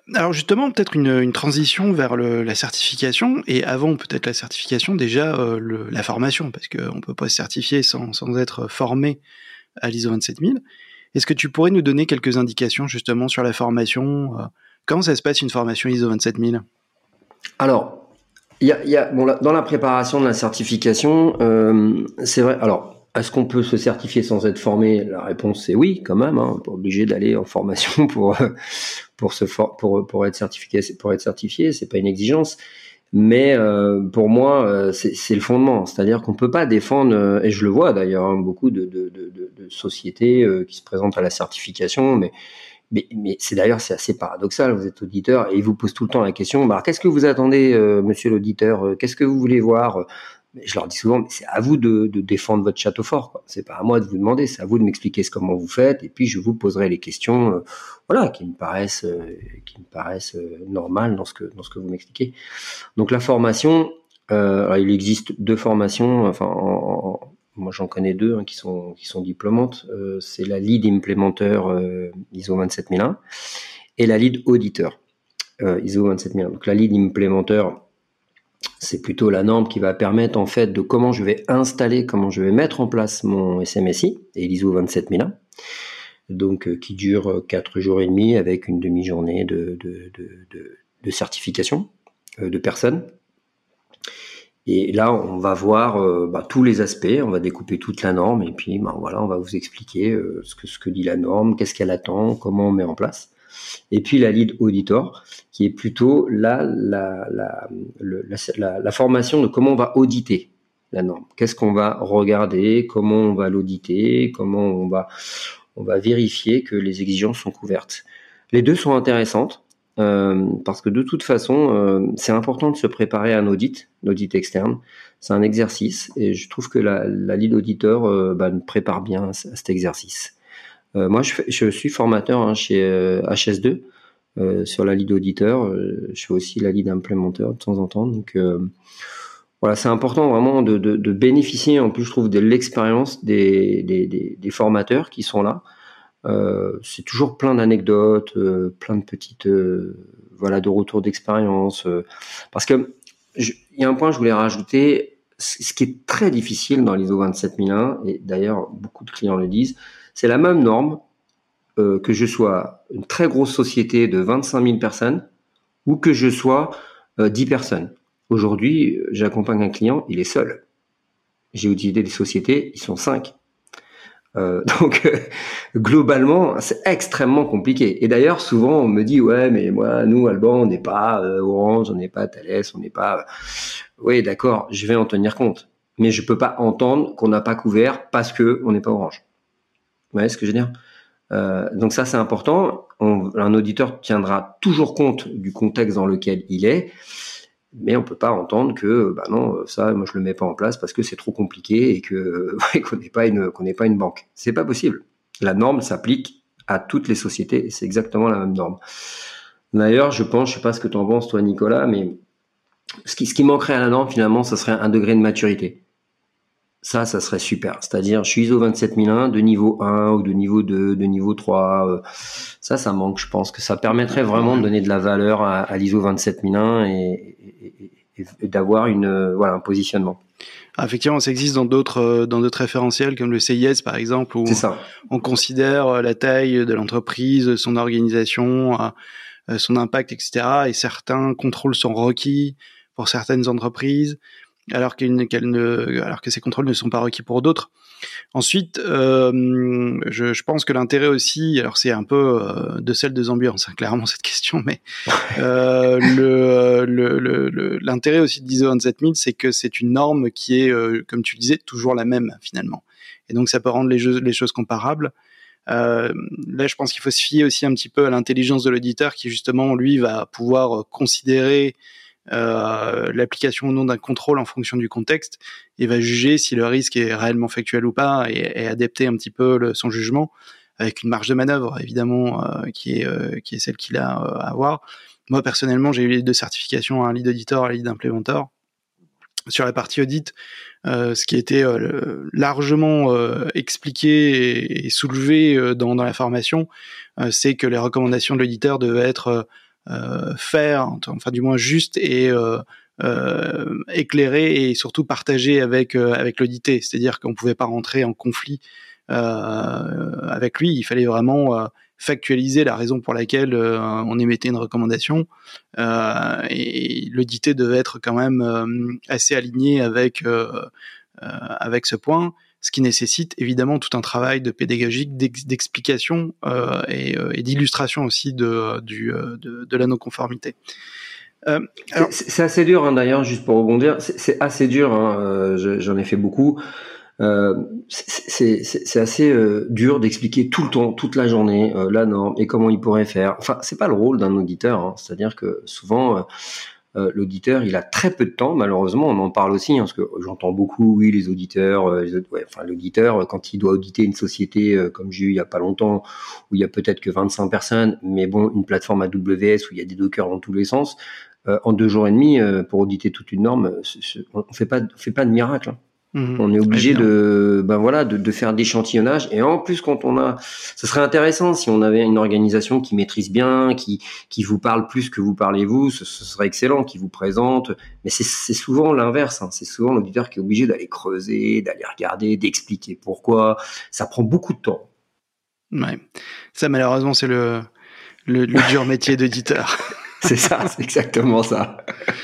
Speaker 1: Alors justement, peut-être une, une transition vers le, la certification, et avant peut-être la certification, déjà euh, le, la formation, parce qu'on ne peut pas se certifier sans, sans être formé à l'I S O vingt-sept mille. Est-ce que tu pourrais nous donner quelques indications justement sur la formation euh, Comment ça se passe une formation I S O vingt-sept mille ?
Speaker 2: Alors, il y a, y a, bon, là, dans la préparation de la certification, euh, c'est vrai, alors, est-ce qu'on peut se certifier sans être formé ? La réponse c'est oui, quand même. Hein, pas obligé d'aller en formation pour pour se for- pour pour être certifié. Pour être certifié, c'est pas une exigence. Mais euh, pour moi, euh, c'est, c'est le fondement. C'est-à-dire qu'on peut pas défendre, euh, et je le vois d'ailleurs, hein, beaucoup de, de, de, de sociétés euh, qui se présentent à la certification, mais mais, mais c'est d'ailleurs c'est assez paradoxal. Vous êtes auditeur et ils vous posent tout le temps la question. Bah, qu'est-ce que vous attendez, euh, monsieur l'auditeur ? Qu'est-ce que vous voulez voir ? Mais je leur dis souvent, mais c'est à vous de, de défendre votre château fort, quoi. C'est pas à moi de vous demander, c'est à vous de m'expliquer ce comment vous faites, et puis je vous poserai les questions, euh, voilà, qui me paraissent, euh, qui me paraissent euh, normales dans ce que dans ce que vous m'expliquez. Donc la formation, euh, alors il existe deux formations, enfin, en, en, moi j'en connais deux hein, qui sont qui sont diplômantes. Euh, c'est la lead implémenteur euh, I S O vingt-sept mille un et la lead auditeur euh, I S O vingt-sept mille un. Donc la lead implémenteur, c'est plutôt la norme qui va permettre en fait de comment je vais installer, comment je vais mettre en place mon S M S I et l'I S O vingt-sept mille un, donc euh, qui dure quatre jours et demi avec une demi-journée de, de, de, de, de certification euh, de personnes. Et là, on va voir euh, bah, tous les aspects, on va découper toute la norme et puis bah, voilà, on va vous expliquer euh, ce que ce que dit la norme, qu'est-ce qu'elle attend, comment on met en place. Et puis la lead auditor, qui est plutôt la, la, la, le, la, la, la formation de comment on va auditer la norme. Qu'est-ce qu'on va regarder, comment on va l'auditer, comment on va, on va vérifier que les exigences sont couvertes. Les deux sont intéressantes euh, parce que de toute façon, euh, c'est important de se préparer à un audit, l'audit externe. C'est un exercice et je trouve que la, la lead auditor euh, bah, prépare bien à, à cet exercice. Euh, moi, je, fais, je suis formateur hein, chez euh, H S deux euh, sur la lead auditeur. Euh, je fais aussi la lead implémenteur de temps en temps. Donc, euh, voilà, c'est important vraiment de, de, de bénéficier, en plus, je trouve, de l'expérience des, des, des, des formateurs qui sont là. Euh, c'est toujours plein d'anecdotes, euh, plein de petites, euh, voilà, de retours d'expérience. Euh, parce que il y a un point que je voulais rajouter, ce qui est très difficile dans l'I S O vingt-sept mille un, et d'ailleurs beaucoup de clients le disent. C'est la même norme euh, que je sois une très grosse société de vingt-cinq mille personnes ou que je sois euh, dix personnes. Aujourd'hui, j'accompagne un client, il est seul. J'ai audité des sociétés, ils sont cinq. Euh, donc, euh, globalement, c'est extrêmement compliqué. Et d'ailleurs, souvent, on me dit, ouais, mais moi, nous, Alban, on n'est pas euh, Orange, on n'est pas Thales, on n'est pas... Euh... Oui, d'accord, je vais en tenir compte. Mais je peux pas entendre qu'on n'a pas couvert parce que on n'est pas Orange. Vous voyez ce que je veux dire ? euh, Donc ça, c'est important. On, un auditeur tiendra toujours compte du contexte dans lequel il est, mais on peut pas entendre que, bah non, ça, moi, je le mets pas en place parce que c'est trop compliqué et que ouais, qu'on n'est pas une qu'on n'est pas une banque. C'est pas possible. La norme s'applique à toutes les sociétés et c'est exactement la même norme. D'ailleurs, je pense, je sais pas ce que tu en penses, toi, Nicolas, mais ce qui ce qui manquerait à la norme, finalement, ça serait un degré de maturité. Ça, ça serait super. C'est-à-dire, je suis I S O vingt-sept mille un de niveau un ou de niveau deux, de niveau trois. Ça, ça manque, je pense que ça permettrait vraiment de donner de la valeur à, à l'I S O vingt-sept mille un et, et, et, et d'avoir une, voilà, un positionnement.
Speaker 1: Ah, effectivement, ça existe dans d'autres, dans d'autres référentiels comme le C I S, par exemple, où on considère la taille de l'entreprise, son organisation, son impact, et cetera. Et certains contrôles sont requis pour certaines entreprises, alors, qu'elle, qu'elle ne, alors que ces contrôles ne sont pas requis pour d'autres. Ensuite, euh, je, je pense que l'intérêt aussi, alors c'est un peu euh, de celle de ambiance, hein, clairement cette question, mais euh, le, le, le, le, l'intérêt aussi de l'I S O vingt-sept mille, c'est que c'est une norme qui est, euh, comme tu le disais, toujours la même finalement. Et donc ça peut rendre les, jeux, les choses comparables. Euh, là, je pense qu'il faut se fier aussi un petit peu à l'intelligence de l'auditeur qui justement, lui, va pouvoir considérer Euh, l'application ou non d'un contrôle en fonction du contexte et va juger si le risque est réellement factuel ou pas et, et adapter un petit peu le, son jugement avec une marge de manœuvre évidemment euh, qui est euh, qui est celle qu'il a euh, à avoir. Moi personnellement, j'ai eu les deux certifications, un lead auditor et un lead implémenteur. Sur la partie audit, euh, ce qui a été euh, largement euh, expliqué et, et soulevé euh, dans, dans la formation, euh, c'est que les recommandations de l'auditeur devaient être euh, euh, faire, enfin du moins juste et euh, euh, éclairé et surtout partagé avec euh, avec l'audité. C'est-à-dire qu'on pouvait pas rentrer en conflit euh, avec lui. Il fallait vraiment euh, factualiser la raison pour laquelle euh, on émettait une recommandation. Euh, et l'audité devait être quand même euh, assez aligné avec euh, euh, avec ce point, ce qui nécessite évidemment tout un travail de pédagogique, d'ex- d'explication euh, et, euh, et d'illustration aussi de, du, de, de la non-conformité.
Speaker 2: Euh, alors... c'est, c'est assez dur, hein, d'ailleurs, juste pour rebondir, c'est, c'est assez dur, hein, euh, je, j'en ai fait beaucoup. Euh, c'est, c'est, c'est assez euh, dur d'expliquer tout le temps, toute la journée, euh, la norme et comment il pourrait faire. Enfin, c'est pas le rôle d'un auditeur, hein, c'est-à-dire que souvent... Euh, Euh, l'auditeur, il a très peu de temps, malheureusement, on en parle aussi, hein, parce que j'entends beaucoup, oui, les auditeurs, euh, les, ouais, enfin, l'auditeur, quand il doit auditer une société, euh, comme j'ai eu il y a pas longtemps, où il y a peut-être que vingt-cinq personnes, mais bon, une plateforme A W S où il y a des dockers dans tous les sens, euh, en deux jours et demi, euh, pour auditer toute une norme, on fait pas, on fait pas de miracle, hein. Mmh, on est obligé de, ben voilà, de, de faire d'échantillonnage. Et en plus, quand on a, ce serait intéressant si on avait une organisation qui maîtrise bien, qui, qui vous parle plus que vous parlez vous, ce, ce serait excellent, qui vous présente. Mais c'est, c'est souvent l'inverse, hein. C'est souvent l'auditeur qui est obligé d'aller creuser, d'aller regarder, d'expliquer pourquoi. Ça prend beaucoup de temps.
Speaker 1: Ouais. Ça, malheureusement, c'est le, le, le dur métier d'éditeur.
Speaker 2: C'est ça, c'est exactement ça.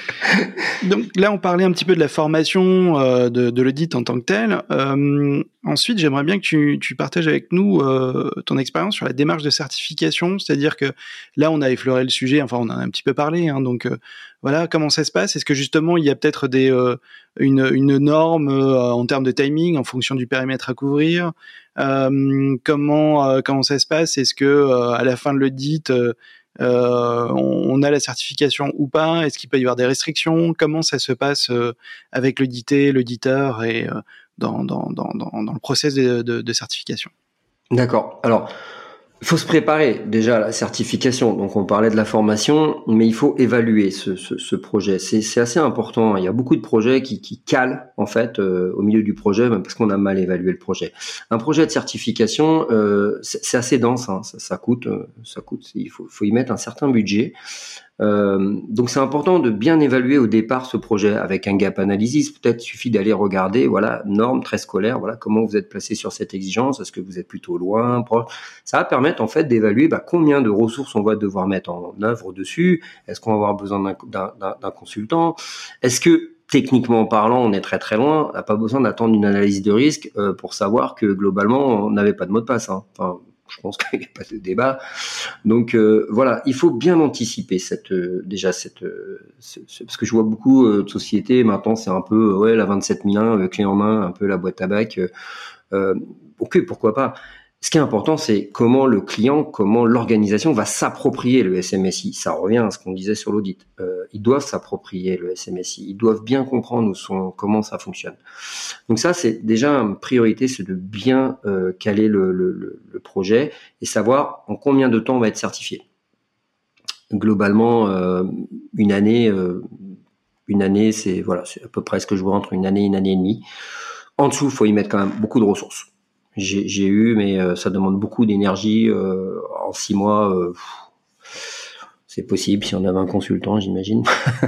Speaker 1: Donc là, on parlait un petit peu de la formation euh, de, de l'audit en tant que tel. Euh, ensuite, j'aimerais bien que tu, tu partages avec nous euh, ton expérience sur la démarche de certification. C'est-à-dire que là, on a effleuré le sujet, enfin, on en a un petit peu parlé. Hein, donc euh, voilà, comment ça se passe? Est-ce que justement, il y a peut-être des, euh, une, une norme euh, en termes de timing en fonction du périmètre à couvrir? euh, comment, euh, comment ça se passe? Est-ce que euh, à la fin de l'audit... Euh, Euh, on a la certification ou pas? Est-ce qu'il peut y avoir des restrictions? Comment ça se passe euh, avec l'audité, l'auditeur et euh, dans, dans, dans, dans le process de, de, de certification?
Speaker 2: D'accord. Alors, il faut se préparer déjà à la certification. Donc, on parlait de la formation, mais il faut évaluer ce, ce, ce projet. C'est, c'est assez important. Il y a beaucoup de projets qui, qui calent en fait euh, au milieu du projet, même parce qu'on a mal évalué le projet. Un projet de certification, euh, c'est, c'est assez dense. Hein. Ça, ça coûte, ça coûte. Il faut, faut y mettre un certain budget. Euh, donc c'est important de bien évaluer au départ ce projet avec un gap analysis. Peut-être suffit d'aller regarder, voilà, normes très scolaires, voilà, comment vous êtes placé sur cette exigence, est-ce que vous êtes plutôt loin, proche. Ça va permettre en fait d'évaluer bah, combien de ressources on va devoir mettre en œuvre dessus. Est-ce qu'on va avoir besoin d'un, d'un, d'un, d'un consultant? Est-ce que techniquement parlant, on est très très loin, on n'a pas besoin d'attendre une analyse de risque euh, pour savoir que globalement on n'avait pas de mot de passe, hein. Enfin, je pense qu'il n'y a pas de débat. Donc euh, voilà, il faut bien anticiper cette euh, déjà cette euh, ce, ce, parce que je vois beaucoup euh, de sociétés maintenant, c'est un peu euh, ouais la vingt-sept mille un euh, clé en main, un peu la boîte à bac. Euh, euh, ok, pourquoi pas. Ce qui est important, c'est comment le client, comment l'organisation va s'approprier le S M S I. Ça revient à ce qu'on disait sur l'audit. Euh, ils doivent s'approprier le S M S I. Ils doivent bien comprendre où sont, comment ça fonctionne. Donc ça, c'est déjà une priorité, c'est de bien euh, caler le, le, le projet et savoir en combien de temps on va être certifié. Globalement, euh, une année, euh, une année, c'est voilà, c'est à peu près ce que je vois entre une année et une année et demie. En dessous, il faut y mettre quand même beaucoup de ressources. J'ai, j'ai eu, mais euh, ça demande beaucoup d'énergie. Euh, en six mois, euh, c'est possible si on avait un consultant, j'imagine.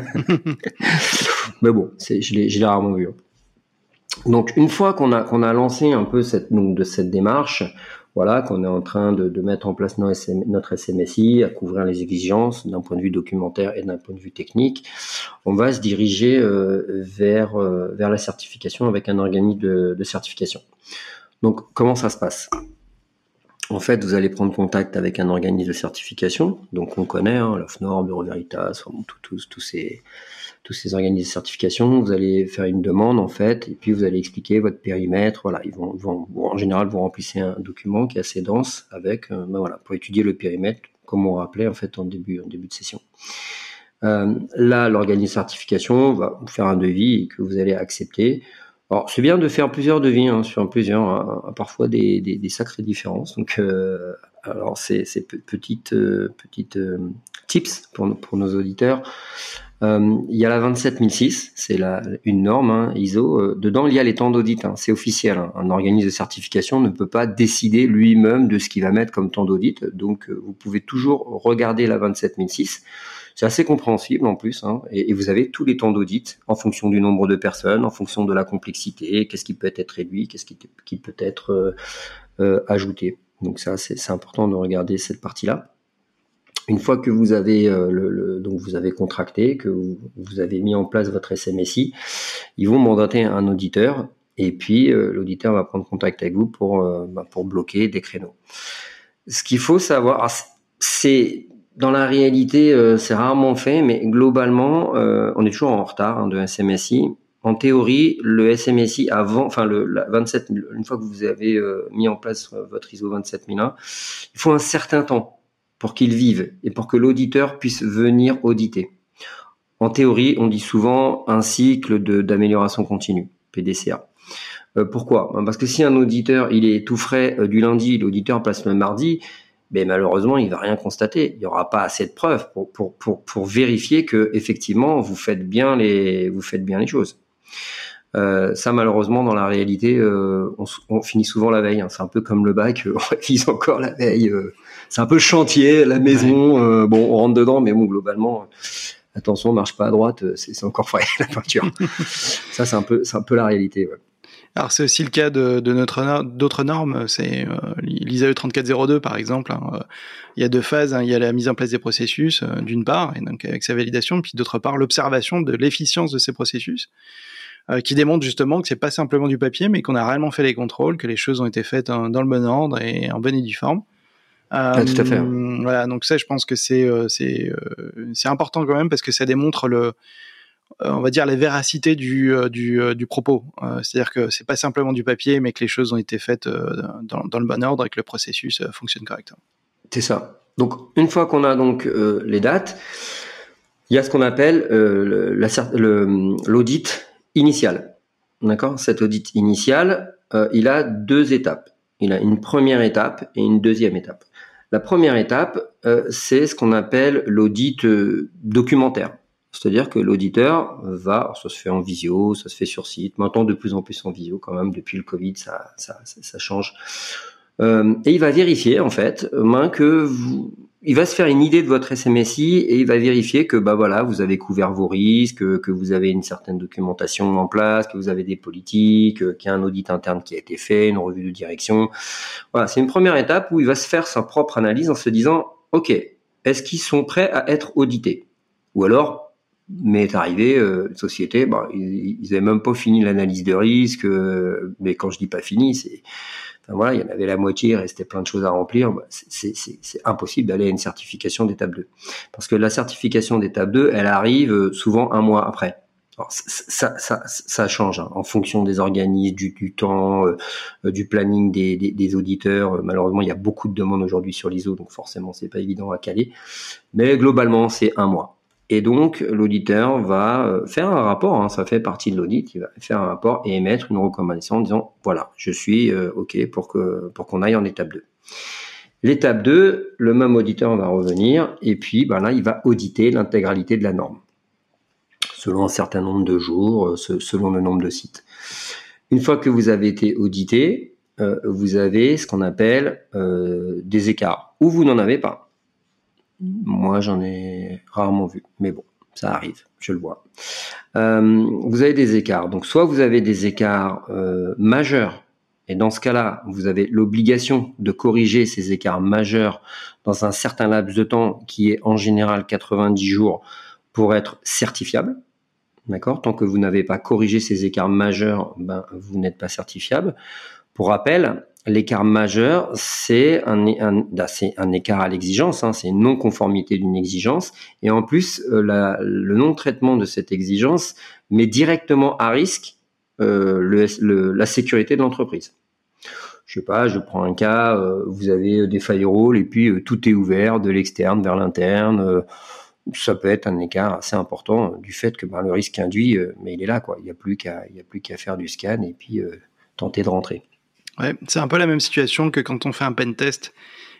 Speaker 2: Mais bon, c'est, je l'ai, je l'ai rarement vu. Donc, une fois qu'on a qu'on a lancé un peu cette donc de cette démarche, voilà, qu'on est en train de, de mettre en place notre, S M, notre S M S I, à couvrir les exigences d'un point de vue documentaire et d'un point de vue technique, on va se diriger euh, vers euh, vers la certification avec un organisme de, de certification. Donc, comment ça se passe? En fait, vous allez prendre contact avec un organisme de certification, donc on connaît, hein, l'O F N O R, Bureau Veritas, tous, tous, tous ces, tous ces organismes de certification. Vous allez faire une demande, en fait, et puis vous allez expliquer votre périmètre. Voilà, ils vont, vont en général, vous remplissez un document qui est assez dense avec, euh, ben voilà, pour étudier le périmètre, comme on rappelait en fait en début, en début de session. Euh, là, l'organisme de certification va vous faire un devis que vous allez accepter. Alors, c'est bien de faire plusieurs devis, hein, sur plusieurs, hein, parfois des, des, des sacrées différences. Donc, euh, alors c'est, c'est petite, euh, petite euh, tips pour, pour nos auditeurs. Euh, il y a la vingt-sept mille six, c'est la, une norme hein, I S O. Euh, dedans, il y a les temps d'audit. Hein, c'est officiel. Hein. Un organisme de certification ne peut pas décider lui-même de ce qu'il va mettre comme temps d'audit. Donc, euh, vous pouvez toujours regarder la vingt-sept mille six. C'est assez compréhensible en plus. Hein, et, et vous avez tous les temps d'audit en fonction du nombre de personnes, en fonction de la complexité, qu'est-ce qui peut être réduit, qu'est-ce qui, qui peut être euh, euh, ajouté. Donc ça, c'est, c'est important de regarder cette partie-là. Une fois que vous avez euh, le, le, donc vous avez contracté, que vous, vous avez mis en place votre S M S I, ils vont mandater un auditeur et puis euh, l'auditeur va prendre contact avec vous pour euh, bah, pour bloquer des créneaux. Ce qu'il faut savoir, c'est dans la réalité euh, c'est rarement fait, mais globalement euh, on est toujours en retard hein, de S M S I. En théorie, le S M S I avant, enfin le la vingt-sept, une fois que vous avez euh, mis en place votre I S O vingt-sept mille un, il faut un certain temps pour qu'ils vivent et pour que l'auditeur puisse venir auditer. En théorie, on dit souvent un cycle de, d'amélioration continue, P D C A. Euh, pourquoi ? Parce que si un auditeur, il est tout frais euh, du lundi, l'auditeur passe le mardi, ben malheureusement, il va rien constater. Il n'y aura pas assez de preuves pour, pour, pour, pour vérifier que effectivement vous faites bien les, vous faites bien les choses. Euh, ça, malheureusement, dans la réalité, euh, on, on finit souvent la veille. Hein. C'est un peu comme le bac, on révise encore la veille. Euh, c'est un peu le chantier, la maison. Euh, bon, on rentre dedans, mais bon, globalement, euh, attention, on marche pas à droite. C'est, c'est encore frais la peinture. Ça, c'est un peu, c'est un peu la réalité. Ouais.
Speaker 1: Alors c'est aussi le cas de, de notre d'autres normes. C'est euh, l'I S A E trente-quatre zéro deux par exemple. Hein. Il y a deux phases. Hein. Il y a la mise en place des processus euh, d'une part, et donc avec sa validation, puis d'autre part l'observation de l'efficience de ces processus. Euh, qui démontre justement que c'est pas simplement du papier, mais qu'on a réellement fait les contrôles, que les choses ont été faites en, dans le bon ordre et en bonne et due forme. Euh,
Speaker 2: ah, tout à fait.
Speaker 1: Voilà, donc ça, je pense que c'est euh, c'est euh, c'est important quand même parce que ça démontre le, euh, on va dire la véracité du euh, du euh, du propos. Euh, c'est-à-dire que c'est pas simplement du papier, mais que les choses ont été faites euh, dans dans le bon ordre et que le processus euh, fonctionne correctement.
Speaker 2: C'est ça. Donc une fois qu'on a donc euh, les dates, il y a ce qu'on appelle euh, le, la, le, l'audit initial, d'accord ? Cet audit initial, euh, il a deux étapes. Il a une première étape et une deuxième étape. La première étape, euh, c'est ce qu'on appelle l'audit euh, documentaire. C'est-à-dire que l'auditeur va, alors ça se fait en visio, ça se fait sur site, maintenant de plus en plus en visio quand même, depuis le Covid, ça, ça, ça, ça change. Euh, et il va vérifier en fait, main que vous... Il va se faire une idée de votre S M S I et il va vérifier que bah voilà, vous avez couvert vos risques, que, que vous avez une certaine documentation en place, que vous avez des politiques, qu'il y a un audit interne qui a été fait, une revue de direction. Voilà, c'est une première étape où il va se faire sa propre analyse en se disant OK, est-ce qu'ils sont prêts à être audités ? Ou alors, m'est arrivé euh, une société, bah, ils, ils avaient même pas fini l'analyse de risque, euh, mais quand je dis pas fini, c'est Enfin, voilà, il y en avait la moitié, il restait plein de choses à remplir. C'est, c'est, c'est impossible d'aller à une certification d'étape deux. Parce que la certification d'étape deux, elle arrive souvent un mois après. Alors, ça, ça, ça change hein, en fonction des organismes, du, du temps, euh, du planning des, des, des auditeurs. Malheureusement, il y a beaucoup de demandes aujourd'hui sur l'I S O, donc forcément, c'est pas évident à caler. Mais globalement, c'est un mois. Et donc, l'auditeur va faire un rapport, hein, ça fait partie de l'audit, il va faire un rapport et émettre une recommandation en disant, voilà, je suis euh, OK pour, que, pour qu'on aille en étape deux. L'étape deux, le même auditeur va revenir et puis ben là, il va auditer l'intégralité de la norme, selon un certain nombre de jours, selon le nombre de sites. Une fois que vous avez été audité, euh, vous avez ce qu'on appelle euh, des écarts, ou vous n'en avez pas. Moi, j'en ai rarement vu, mais bon, ça arrive, je le vois. Euh, vous avez des écarts. Donc, soit vous avez des écarts euh, majeurs, et dans ce cas-là, vous avez l'obligation de corriger ces écarts majeurs dans un certain laps de temps qui est en général quatre-vingt-dix jours pour être certifiable. D'accord ? Tant que vous n'avez pas corrigé ces écarts majeurs, ben, vous n'êtes pas certifiable. Pour rappel, l'écart majeur, c'est un, un, c'est un écart à l'exigence, hein, c'est une non-conformité d'une exigence. Et en plus, euh, la, le non-traitement de cette exigence met directement à risque euh, le, le, la sécurité de l'entreprise. Je sais pas, je prends un cas, euh, vous avez des firewalls et puis euh, tout est ouvert de l'externe vers l'interne. Euh, ça peut être un écart assez important du fait que ben, le risque induit, euh, mais il est là, quoi. Il n'y a plus qu'à, il y a plus qu'à faire du scan et puis euh, tenter de rentrer.
Speaker 1: Ouais, c'est un peu la même situation que quand on fait un pen test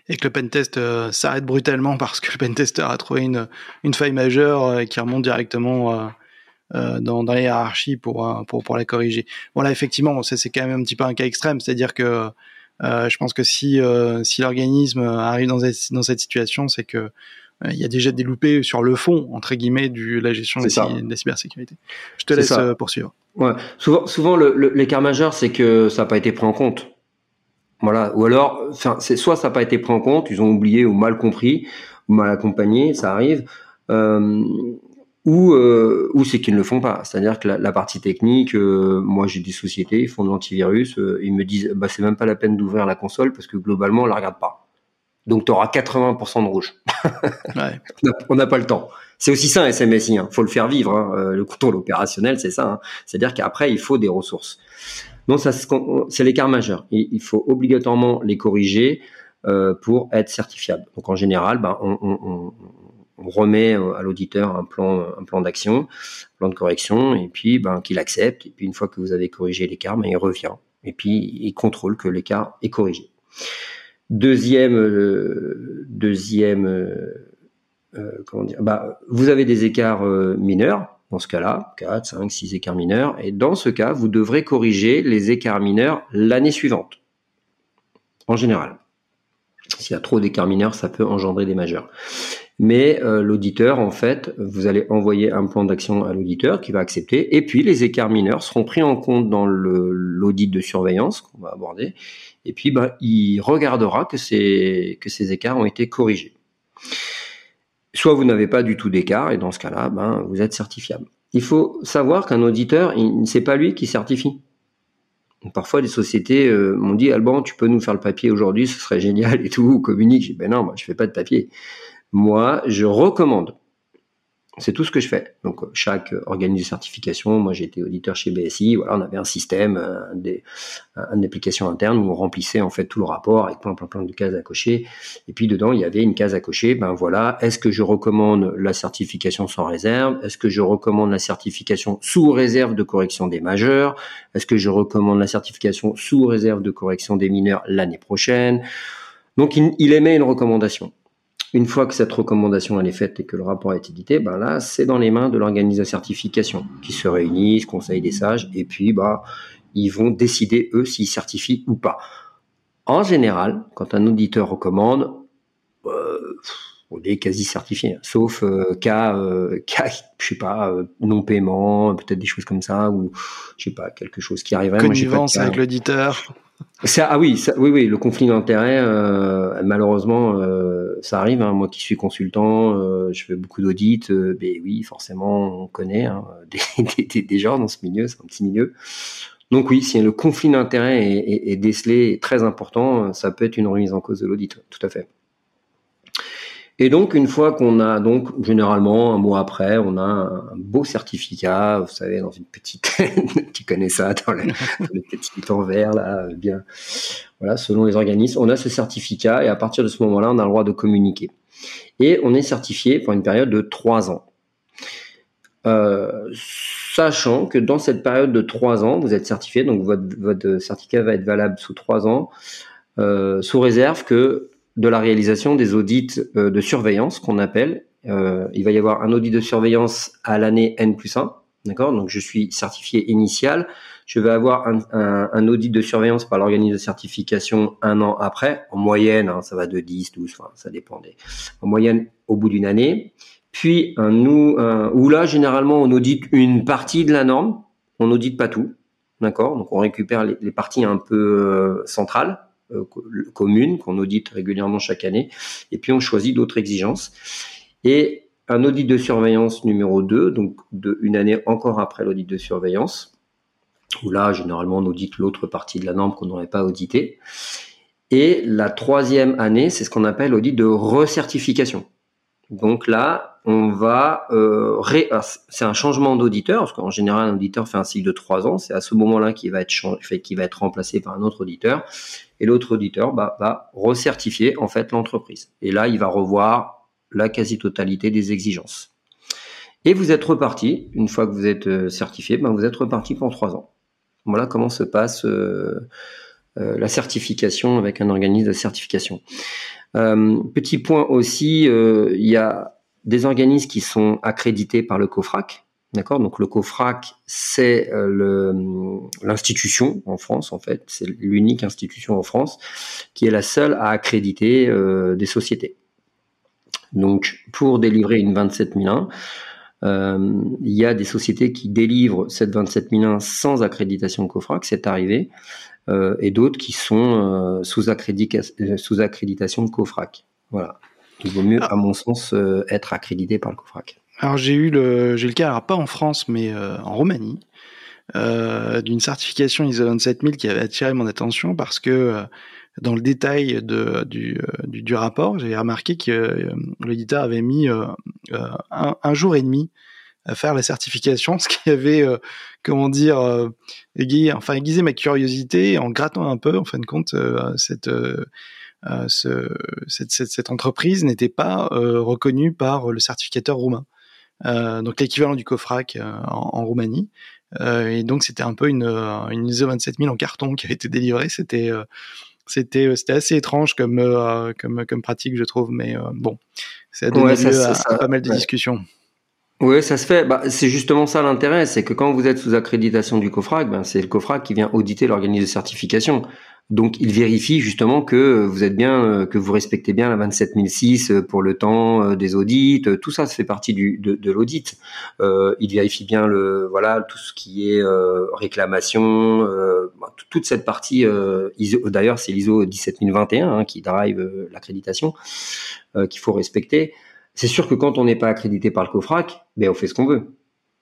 Speaker 1: et que le pentest euh, s'arrête brutalement parce que le pentester a trouvé une, une faille majeure euh, qui remonte directement euh, euh, dans, dans la hiérarchie pour, euh, pour, pour la corriger. Bon là, effectivement, ça, c'est quand même un petit peu un cas extrême, c'est-à-dire que euh, je pense que si, euh, si l'organisme arrive dans cette, dans cette situation, c'est que euh, il y a déjà des loupés sur le fond, entre guillemets, de la gestion de la, de la cybersécurité. Je te
Speaker 2: c'est
Speaker 1: laisse
Speaker 2: ça.
Speaker 1: euh, poursuivre.
Speaker 2: Ouais. Souvent, souvent le, le, l'écart majeur, c'est que ça n'a pas été pris en compte. Voilà. Ou alors, enfin, c'est soit ça n'a pas été pris en compte, ils ont oublié ou mal compris, ou mal accompagné, ça arrive. Euh, ou euh, ou c'est qu'ils ne le font pas. C'est-à-dire que la, la partie technique, euh, moi j'ai des sociétés, ils font de l'antivirus, euh, ils me disent, bah c'est même pas la peine d'ouvrir la console parce que globalement on la regarde pas. Donc tu auras quatre-vingts pour cent de rouge. Ouais. On n'a pas le temps. C'est aussi ça un S M S I, hein. Faut le faire vivre. Hein. Le contrôle opérationnel, c'est ça. Hein. C'est-à-dire qu'après il faut des ressources. Donc ça, c'est l'écart majeur. Il faut obligatoirement les corriger euh, pour être certifiable. Donc en général, ben, on, on, on remet à l'auditeur un plan, un plan d'action, un plan de correction, et puis ben, qu'il accepte. Et puis une fois que vous avez corrigé l'écart, ben, il revient. Et puis il contrôle que l'écart est corrigé. Deuxième, euh, deuxième, euh, euh, comment dire, bah, vous avez des écarts euh, mineurs. Dans ce cas-là, quatre, cinq, six écarts mineurs. Et dans ce cas, vous devrez corriger les écarts mineurs l'année suivante. En général. S'il y a trop d'écarts mineurs, ça peut engendrer des majeurs. Mais euh, l'auditeur, en fait, vous allez envoyer un plan d'action à l'auditeur qui va accepter. Et puis, les écarts mineurs seront pris en compte dans le, l'audit de surveillance qu'on va aborder. Et puis, ben, il regardera que ces, que ces écarts ont été corrigés. Soit vous n'avez pas du tout d'écart, et dans ce cas-là, ben, vous êtes certifiable. Il faut savoir qu'un auditeur, il, c'est pas lui qui certifie. Donc, parfois, des sociétés euh, m'ont dit, Alban, tu peux nous faire le papier aujourd'hui, ce serait génial et tout, ou communique. J'ai dit, ben non, moi, je fais pas de papier. Moi, je recommande. C'est tout ce que je fais. Donc, chaque organisme de certification, moi, j'ai été auditeur chez B S I, voilà, on avait un système, un des, une application interne où on remplissait, en fait, tout le rapport avec plein, plein, plein de cases à cocher. Et puis, dedans, il y avait une case à cocher. Ben voilà, est-ce que je recommande la certification sans réserve? Est-ce que je recommande la certification sous réserve de correction des majeurs? Est-ce que je recommande la certification sous réserve de correction des mineurs l'année prochaine? Donc, il, il émet une recommandation. Une fois que cette recommandation elle est faite et que le rapport est édité, ben là, c'est dans les mains de l'organisme de certification qui se réunissent, conseil des sages, et puis bah, ils vont décider, eux, s'ils certifient ou pas. En général, quand un auditeur recommande, euh, on est quasi certifié, sauf euh, cas, euh, cas, je sais pas, euh, non-paiement, peut-être des choses comme ça, ou je sais pas, quelque chose qui arriverait.
Speaker 1: Connivence avec l'auditeur.
Speaker 2: Ça, ah oui, ça, oui, oui, le conflit d'intérêts, euh, malheureusement, euh, ça arrive. Hein, moi qui suis consultant, euh, je fais beaucoup d'audits. Euh, ben oui, forcément, on connaît hein, des, des, des gens dans ce milieu, c'est un petit milieu. Donc oui, si le conflit d'intérêts est, est, est décelé, est très important, ça peut être une remise en cause de l'audit, tout à fait. Et donc, une fois qu'on a, donc, généralement, un mois après, on a un, un beau certificat, vous savez, dans une petite, tu connais ça, dans le, dans le petit en vert, là, bien, voilà, selon les organismes, on a ce certificat, et à partir de ce moment-là, on a le droit de communiquer. Et on est certifié pour une période de trois ans. Euh, sachant que dans cette période de trois ans, vous êtes certifié, donc votre, votre certificat va être valable sous trois ans, euh, sous réserve que de la réalisation des audits euh, de surveillance qu'on appelle. Euh, il va y avoir un audit de surveillance à l'année N plus un, d'accord ? Donc, je suis certifié initial. Je vais avoir un, un, un audit de surveillance par l'organisme de certification un an après. En moyenne, hein, ça va de dix, douze, enfin, ça dépend des... En moyenne, au bout d'une année. Puis, un, un, où là, généralement, on audite une partie de la norme. On n'audite pas tout, d'accord ? Donc, on récupère les, les parties un peu euh, centrales, commune qu'on audite régulièrement chaque année, et puis on choisit d'autres exigences. Et un audit de surveillance numéro deux, donc de une année encore après l'audit de surveillance, où là, généralement, on audite l'autre partie de la norme qu'on n'aurait pas auditée. Et la troisième année, c'est ce qu'on appelle l'audit de recertification. Donc là, on va... Euh, ré... C'est un changement d'auditeur, parce qu'en général, un auditeur fait un cycle de trois ans. C'est à ce moment-là qu'il va être, changé, qu'il va être remplacé par un autre auditeur. Et l'autre auditeur bah, va recertifier en fait l'entreprise. Et là, il va revoir la quasi-totalité des exigences. Et vous êtes reparti, une fois que vous êtes certifié, bah, vous êtes reparti pour trois ans. Voilà comment se passe euh, euh, la certification avec un organisme de certification. Euh, petit point aussi, euh, il y a des organismes qui sont accrédités par le COFRAC. D'accord, donc le COFRAC, c'est euh, le, l'institution en France, en fait, c'est l'unique institution en France qui est la seule à accréditer euh, des sociétés. Donc, pour délivrer une vingt-sept mille un, euh, il y a des sociétés qui délivrent cette vingt-sept mille un sans accréditation COFRAC, c'est arrivé, euh, et d'autres qui sont euh, sous, accrédita- sous accréditation de COFRAC. Voilà. Il vaut mieux, ah. à mon sens, euh, être accrédité par le COFRAC.
Speaker 1: Alors j'ai eu le, j'ai le cas, alors pas en France, mais euh, en Roumanie, euh, d'une certification I S O vingt-sept mille qui avait attiré mon attention parce que euh, dans le détail de, du, euh, du, du rapport, j'avais remarqué que euh, l'éditeur avait mis euh, euh, un, un jour et demi à faire la certification, ce qui avait, euh, comment dire, euh, aiguisé, enfin aiguisé ma curiosité en grattant un peu, en fin de compte, euh, cette euh, euh, ce, cette, cette, cette entreprise n'était pas euh, reconnue par le certificateur roumain. Euh, donc l'équivalent du COFRAC euh, en, en Roumanie, euh, et donc c'était un peu une, une I S O vingt-sept mille en carton qui avait été délivrée. C'était euh, c'était c'était assez étrange comme euh, comme comme pratique, je trouve, mais euh, bon, ça a donné
Speaker 2: ouais,
Speaker 1: lieu
Speaker 2: ça,
Speaker 1: à,
Speaker 2: ça,
Speaker 1: à pas mal de
Speaker 2: ouais.
Speaker 1: discussions.
Speaker 2: Oui, ça se fait. Bah, c'est justement ça l'intérêt, c'est que quand vous êtes sous accréditation du COFRAC, ben c'est le COFRAC qui vient auditer l'organisme de certification. Donc, il vérifie justement que vous êtes bien, que vous respectez bien la vingt-sept mille six pour le temps des audits. Tout ça, ça fait partie du, de, de l'audit. Euh, il vérifie bien le, voilà, tout ce qui est euh, réclamation, euh, toute cette partie. Euh, I S O, d'ailleurs, c'est l'I S O dix-sept mille vingt et un hein, qui drive euh, l'accréditation euh, qu'il faut respecter. C'est sûr que quand on n'est pas accrédité par le COFRAC, ben on fait ce qu'on veut,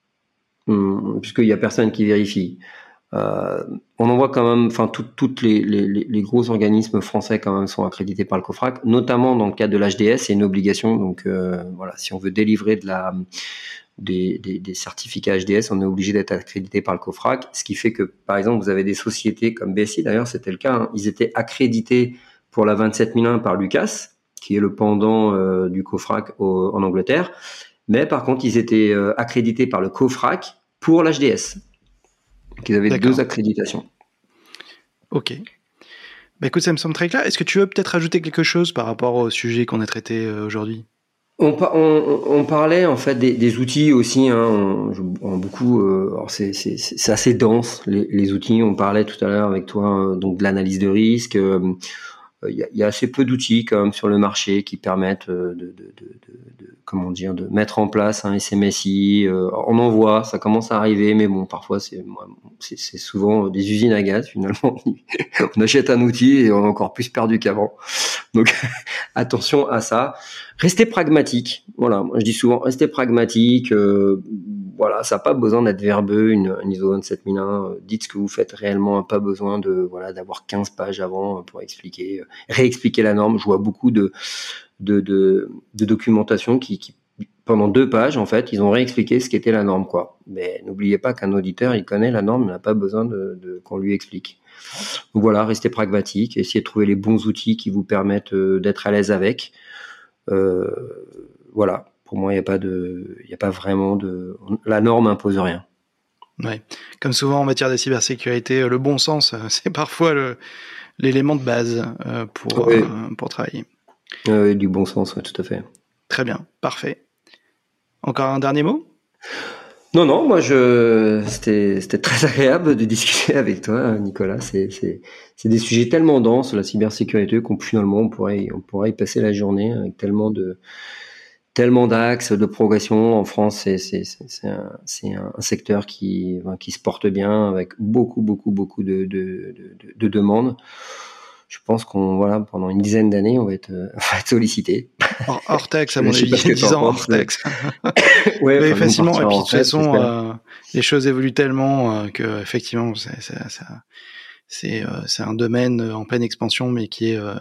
Speaker 2: hum, puisqu'il y a personne qui vérifie. Euh, on en voit quand même, enfin toutes toutes les, les les gros organismes français quand même sont accrédités par le COFRAC, notamment dans le cadre de l'H D S, c'est une obligation. Donc euh, voilà, si on veut délivrer de la des, des des certificats H D S, on est obligé d'être accrédité par le COFRAC, ce qui fait que par exemple vous avez des sociétés comme B S I, d'ailleurs c'était le cas, hein, ils étaient accrédités pour la vingt-sept mille un par l'UCAS, qui est le pendant euh, du COFRAC au, en Angleterre, mais par contre ils étaient euh, accrédités par le COFRAC pour l'H D S. Qu'ils avaient D'accord. deux accréditations.
Speaker 1: Ok. Bah écoute, ça me semble très clair. Est-ce que tu veux peut-être rajouter quelque chose par rapport au sujet qu'on a traité euh, aujourd'hui ?
Speaker 2: On, on, on parlait en fait des, des outils aussi. Hein, on, on beaucoup. Euh, alors c'est, c'est, c'est assez dense les, les outils. On parlait tout à l'heure avec toi euh, donc de l'analyse de risque. Euh, Il y, a, il y a assez peu d'outils quand même sur le marché qui permettent de, de, de, de, de comment dire, de mettre en place un S M S I. Euh, on en voit, ça commence à arriver, mais bon, parfois c'est, c'est, c'est souvent des usines à gaz finalement. On achète un outil et on est encore plus perdu qu'avant. Donc attention à ça. Restez pragmatique. Voilà, moi je dis souvent, restez pragmatique. Euh, Voilà, ça n'a pas besoin d'être verbeux, une, une I S O vingt-sept mille un. Dites ce que vous faites réellement, pas besoin de voilà d'avoir quinze pages avant pour expliquer, réexpliquer la norme. Je vois beaucoup de de de, de documentation qui, qui pendant deux pages en fait, ils ont réexpliqué ce qu'était la norme quoi. Mais n'oubliez pas qu'un auditeur, il connaît la norme, il n'a pas besoin de, de qu'on lui explique. Donc voilà, restez pragmatique, essayez de trouver les bons outils qui vous permettent d'être à l'aise avec. Euh, voilà. Pour moi, il n'y a pas de, il n'y a pas vraiment de, la norme impose rien.
Speaker 1: Ouais. Comme souvent en matière de cybersécurité, le bon sens, c'est parfois le, l'élément de base pour, oui. euh, pour travailler.
Speaker 2: Euh, du bon sens, oui, tout à fait.
Speaker 1: Très bien, parfait. Encore un dernier mot ?
Speaker 2: Non, non, moi, je, c'était, c'était très agréable de discuter avec toi, Nicolas. C'est, c'est, c'est des sujets tellement denses, la cybersécurité, qu'on finalement, on pourrait, on pourrait y passer la journée avec tellement de, tellement d'axes de progression en France. C'est, c'est, c'est, c'est, un, c'est un secteur qui, qui se porte bien avec beaucoup, beaucoup, beaucoup de, de, de, de demandes. Je pense qu'on, voilà, pendant une dizaine d'années, on va être, on va être sollicité.
Speaker 1: Hors, hors taxe, à mon avis, dix ans hors taxe. Ouais, mais facilement. Et puis, de toute façon, euh, les choses évoluent tellement euh, que, effectivement, c'est, c'est, c'est, c'est, euh, c'est un domaine en pleine expansion, mais qui est euh,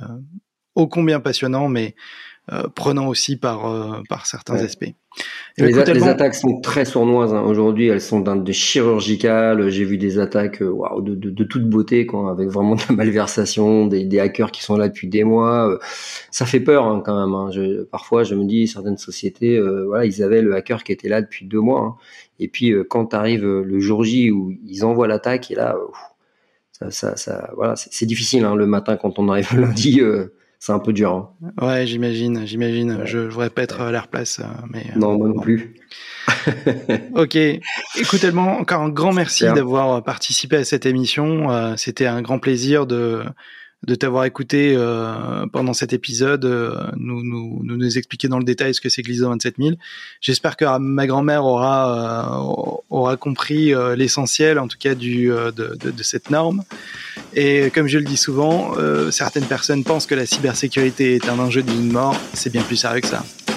Speaker 1: ô combien passionnant, mais Euh, prenant aussi par euh, par certains ouais. aspects.
Speaker 2: Et les, a- tellement... les attaques sont très sournoises. Hein. Aujourd'hui, elles sont d'un de chirurgicales. J'ai vu des attaques euh, wow, de, de, de toute beauté, quoi, avec vraiment de la malversation, des, des hackers qui sont là depuis des mois. Euh, ça fait peur hein, quand même. Hein. Je, parfois, je me dis, certaines sociétés, euh, voilà, ils avaient le hacker qui était là depuis deux mois. Hein. Et puis, euh, quand arrive le jour J où ils envoient l'attaque, et là, euh, ça, ça, ça, voilà, c'est, c'est difficile hein, le matin quand on arrive le lundi. Euh, c'est un peu dur. Hein.
Speaker 1: Ouais, j'imagine, j'imagine. Ouais. Je ne voudrais pas être à leur place, mais
Speaker 2: non, moi non bon. plus.
Speaker 1: Ok. Écoute, Edmond, encore un grand merci Super. d'avoir participé à cette émission. Euh, c'était un grand plaisir de de t'avoir écouté euh, pendant cet épisode, euh, nous, nous nous nous expliquer dans le détail ce que c'est que l'I S O vingt-sept mille. J'espère que ma grand-mère aura euh, aura compris euh, l'essentiel, en tout cas du euh, de, de de cette norme. Et comme je le dis souvent, euh, certaines personnes pensent que la cybersécurité est un enjeu d'une mort. C'est bien plus sérieux que ça.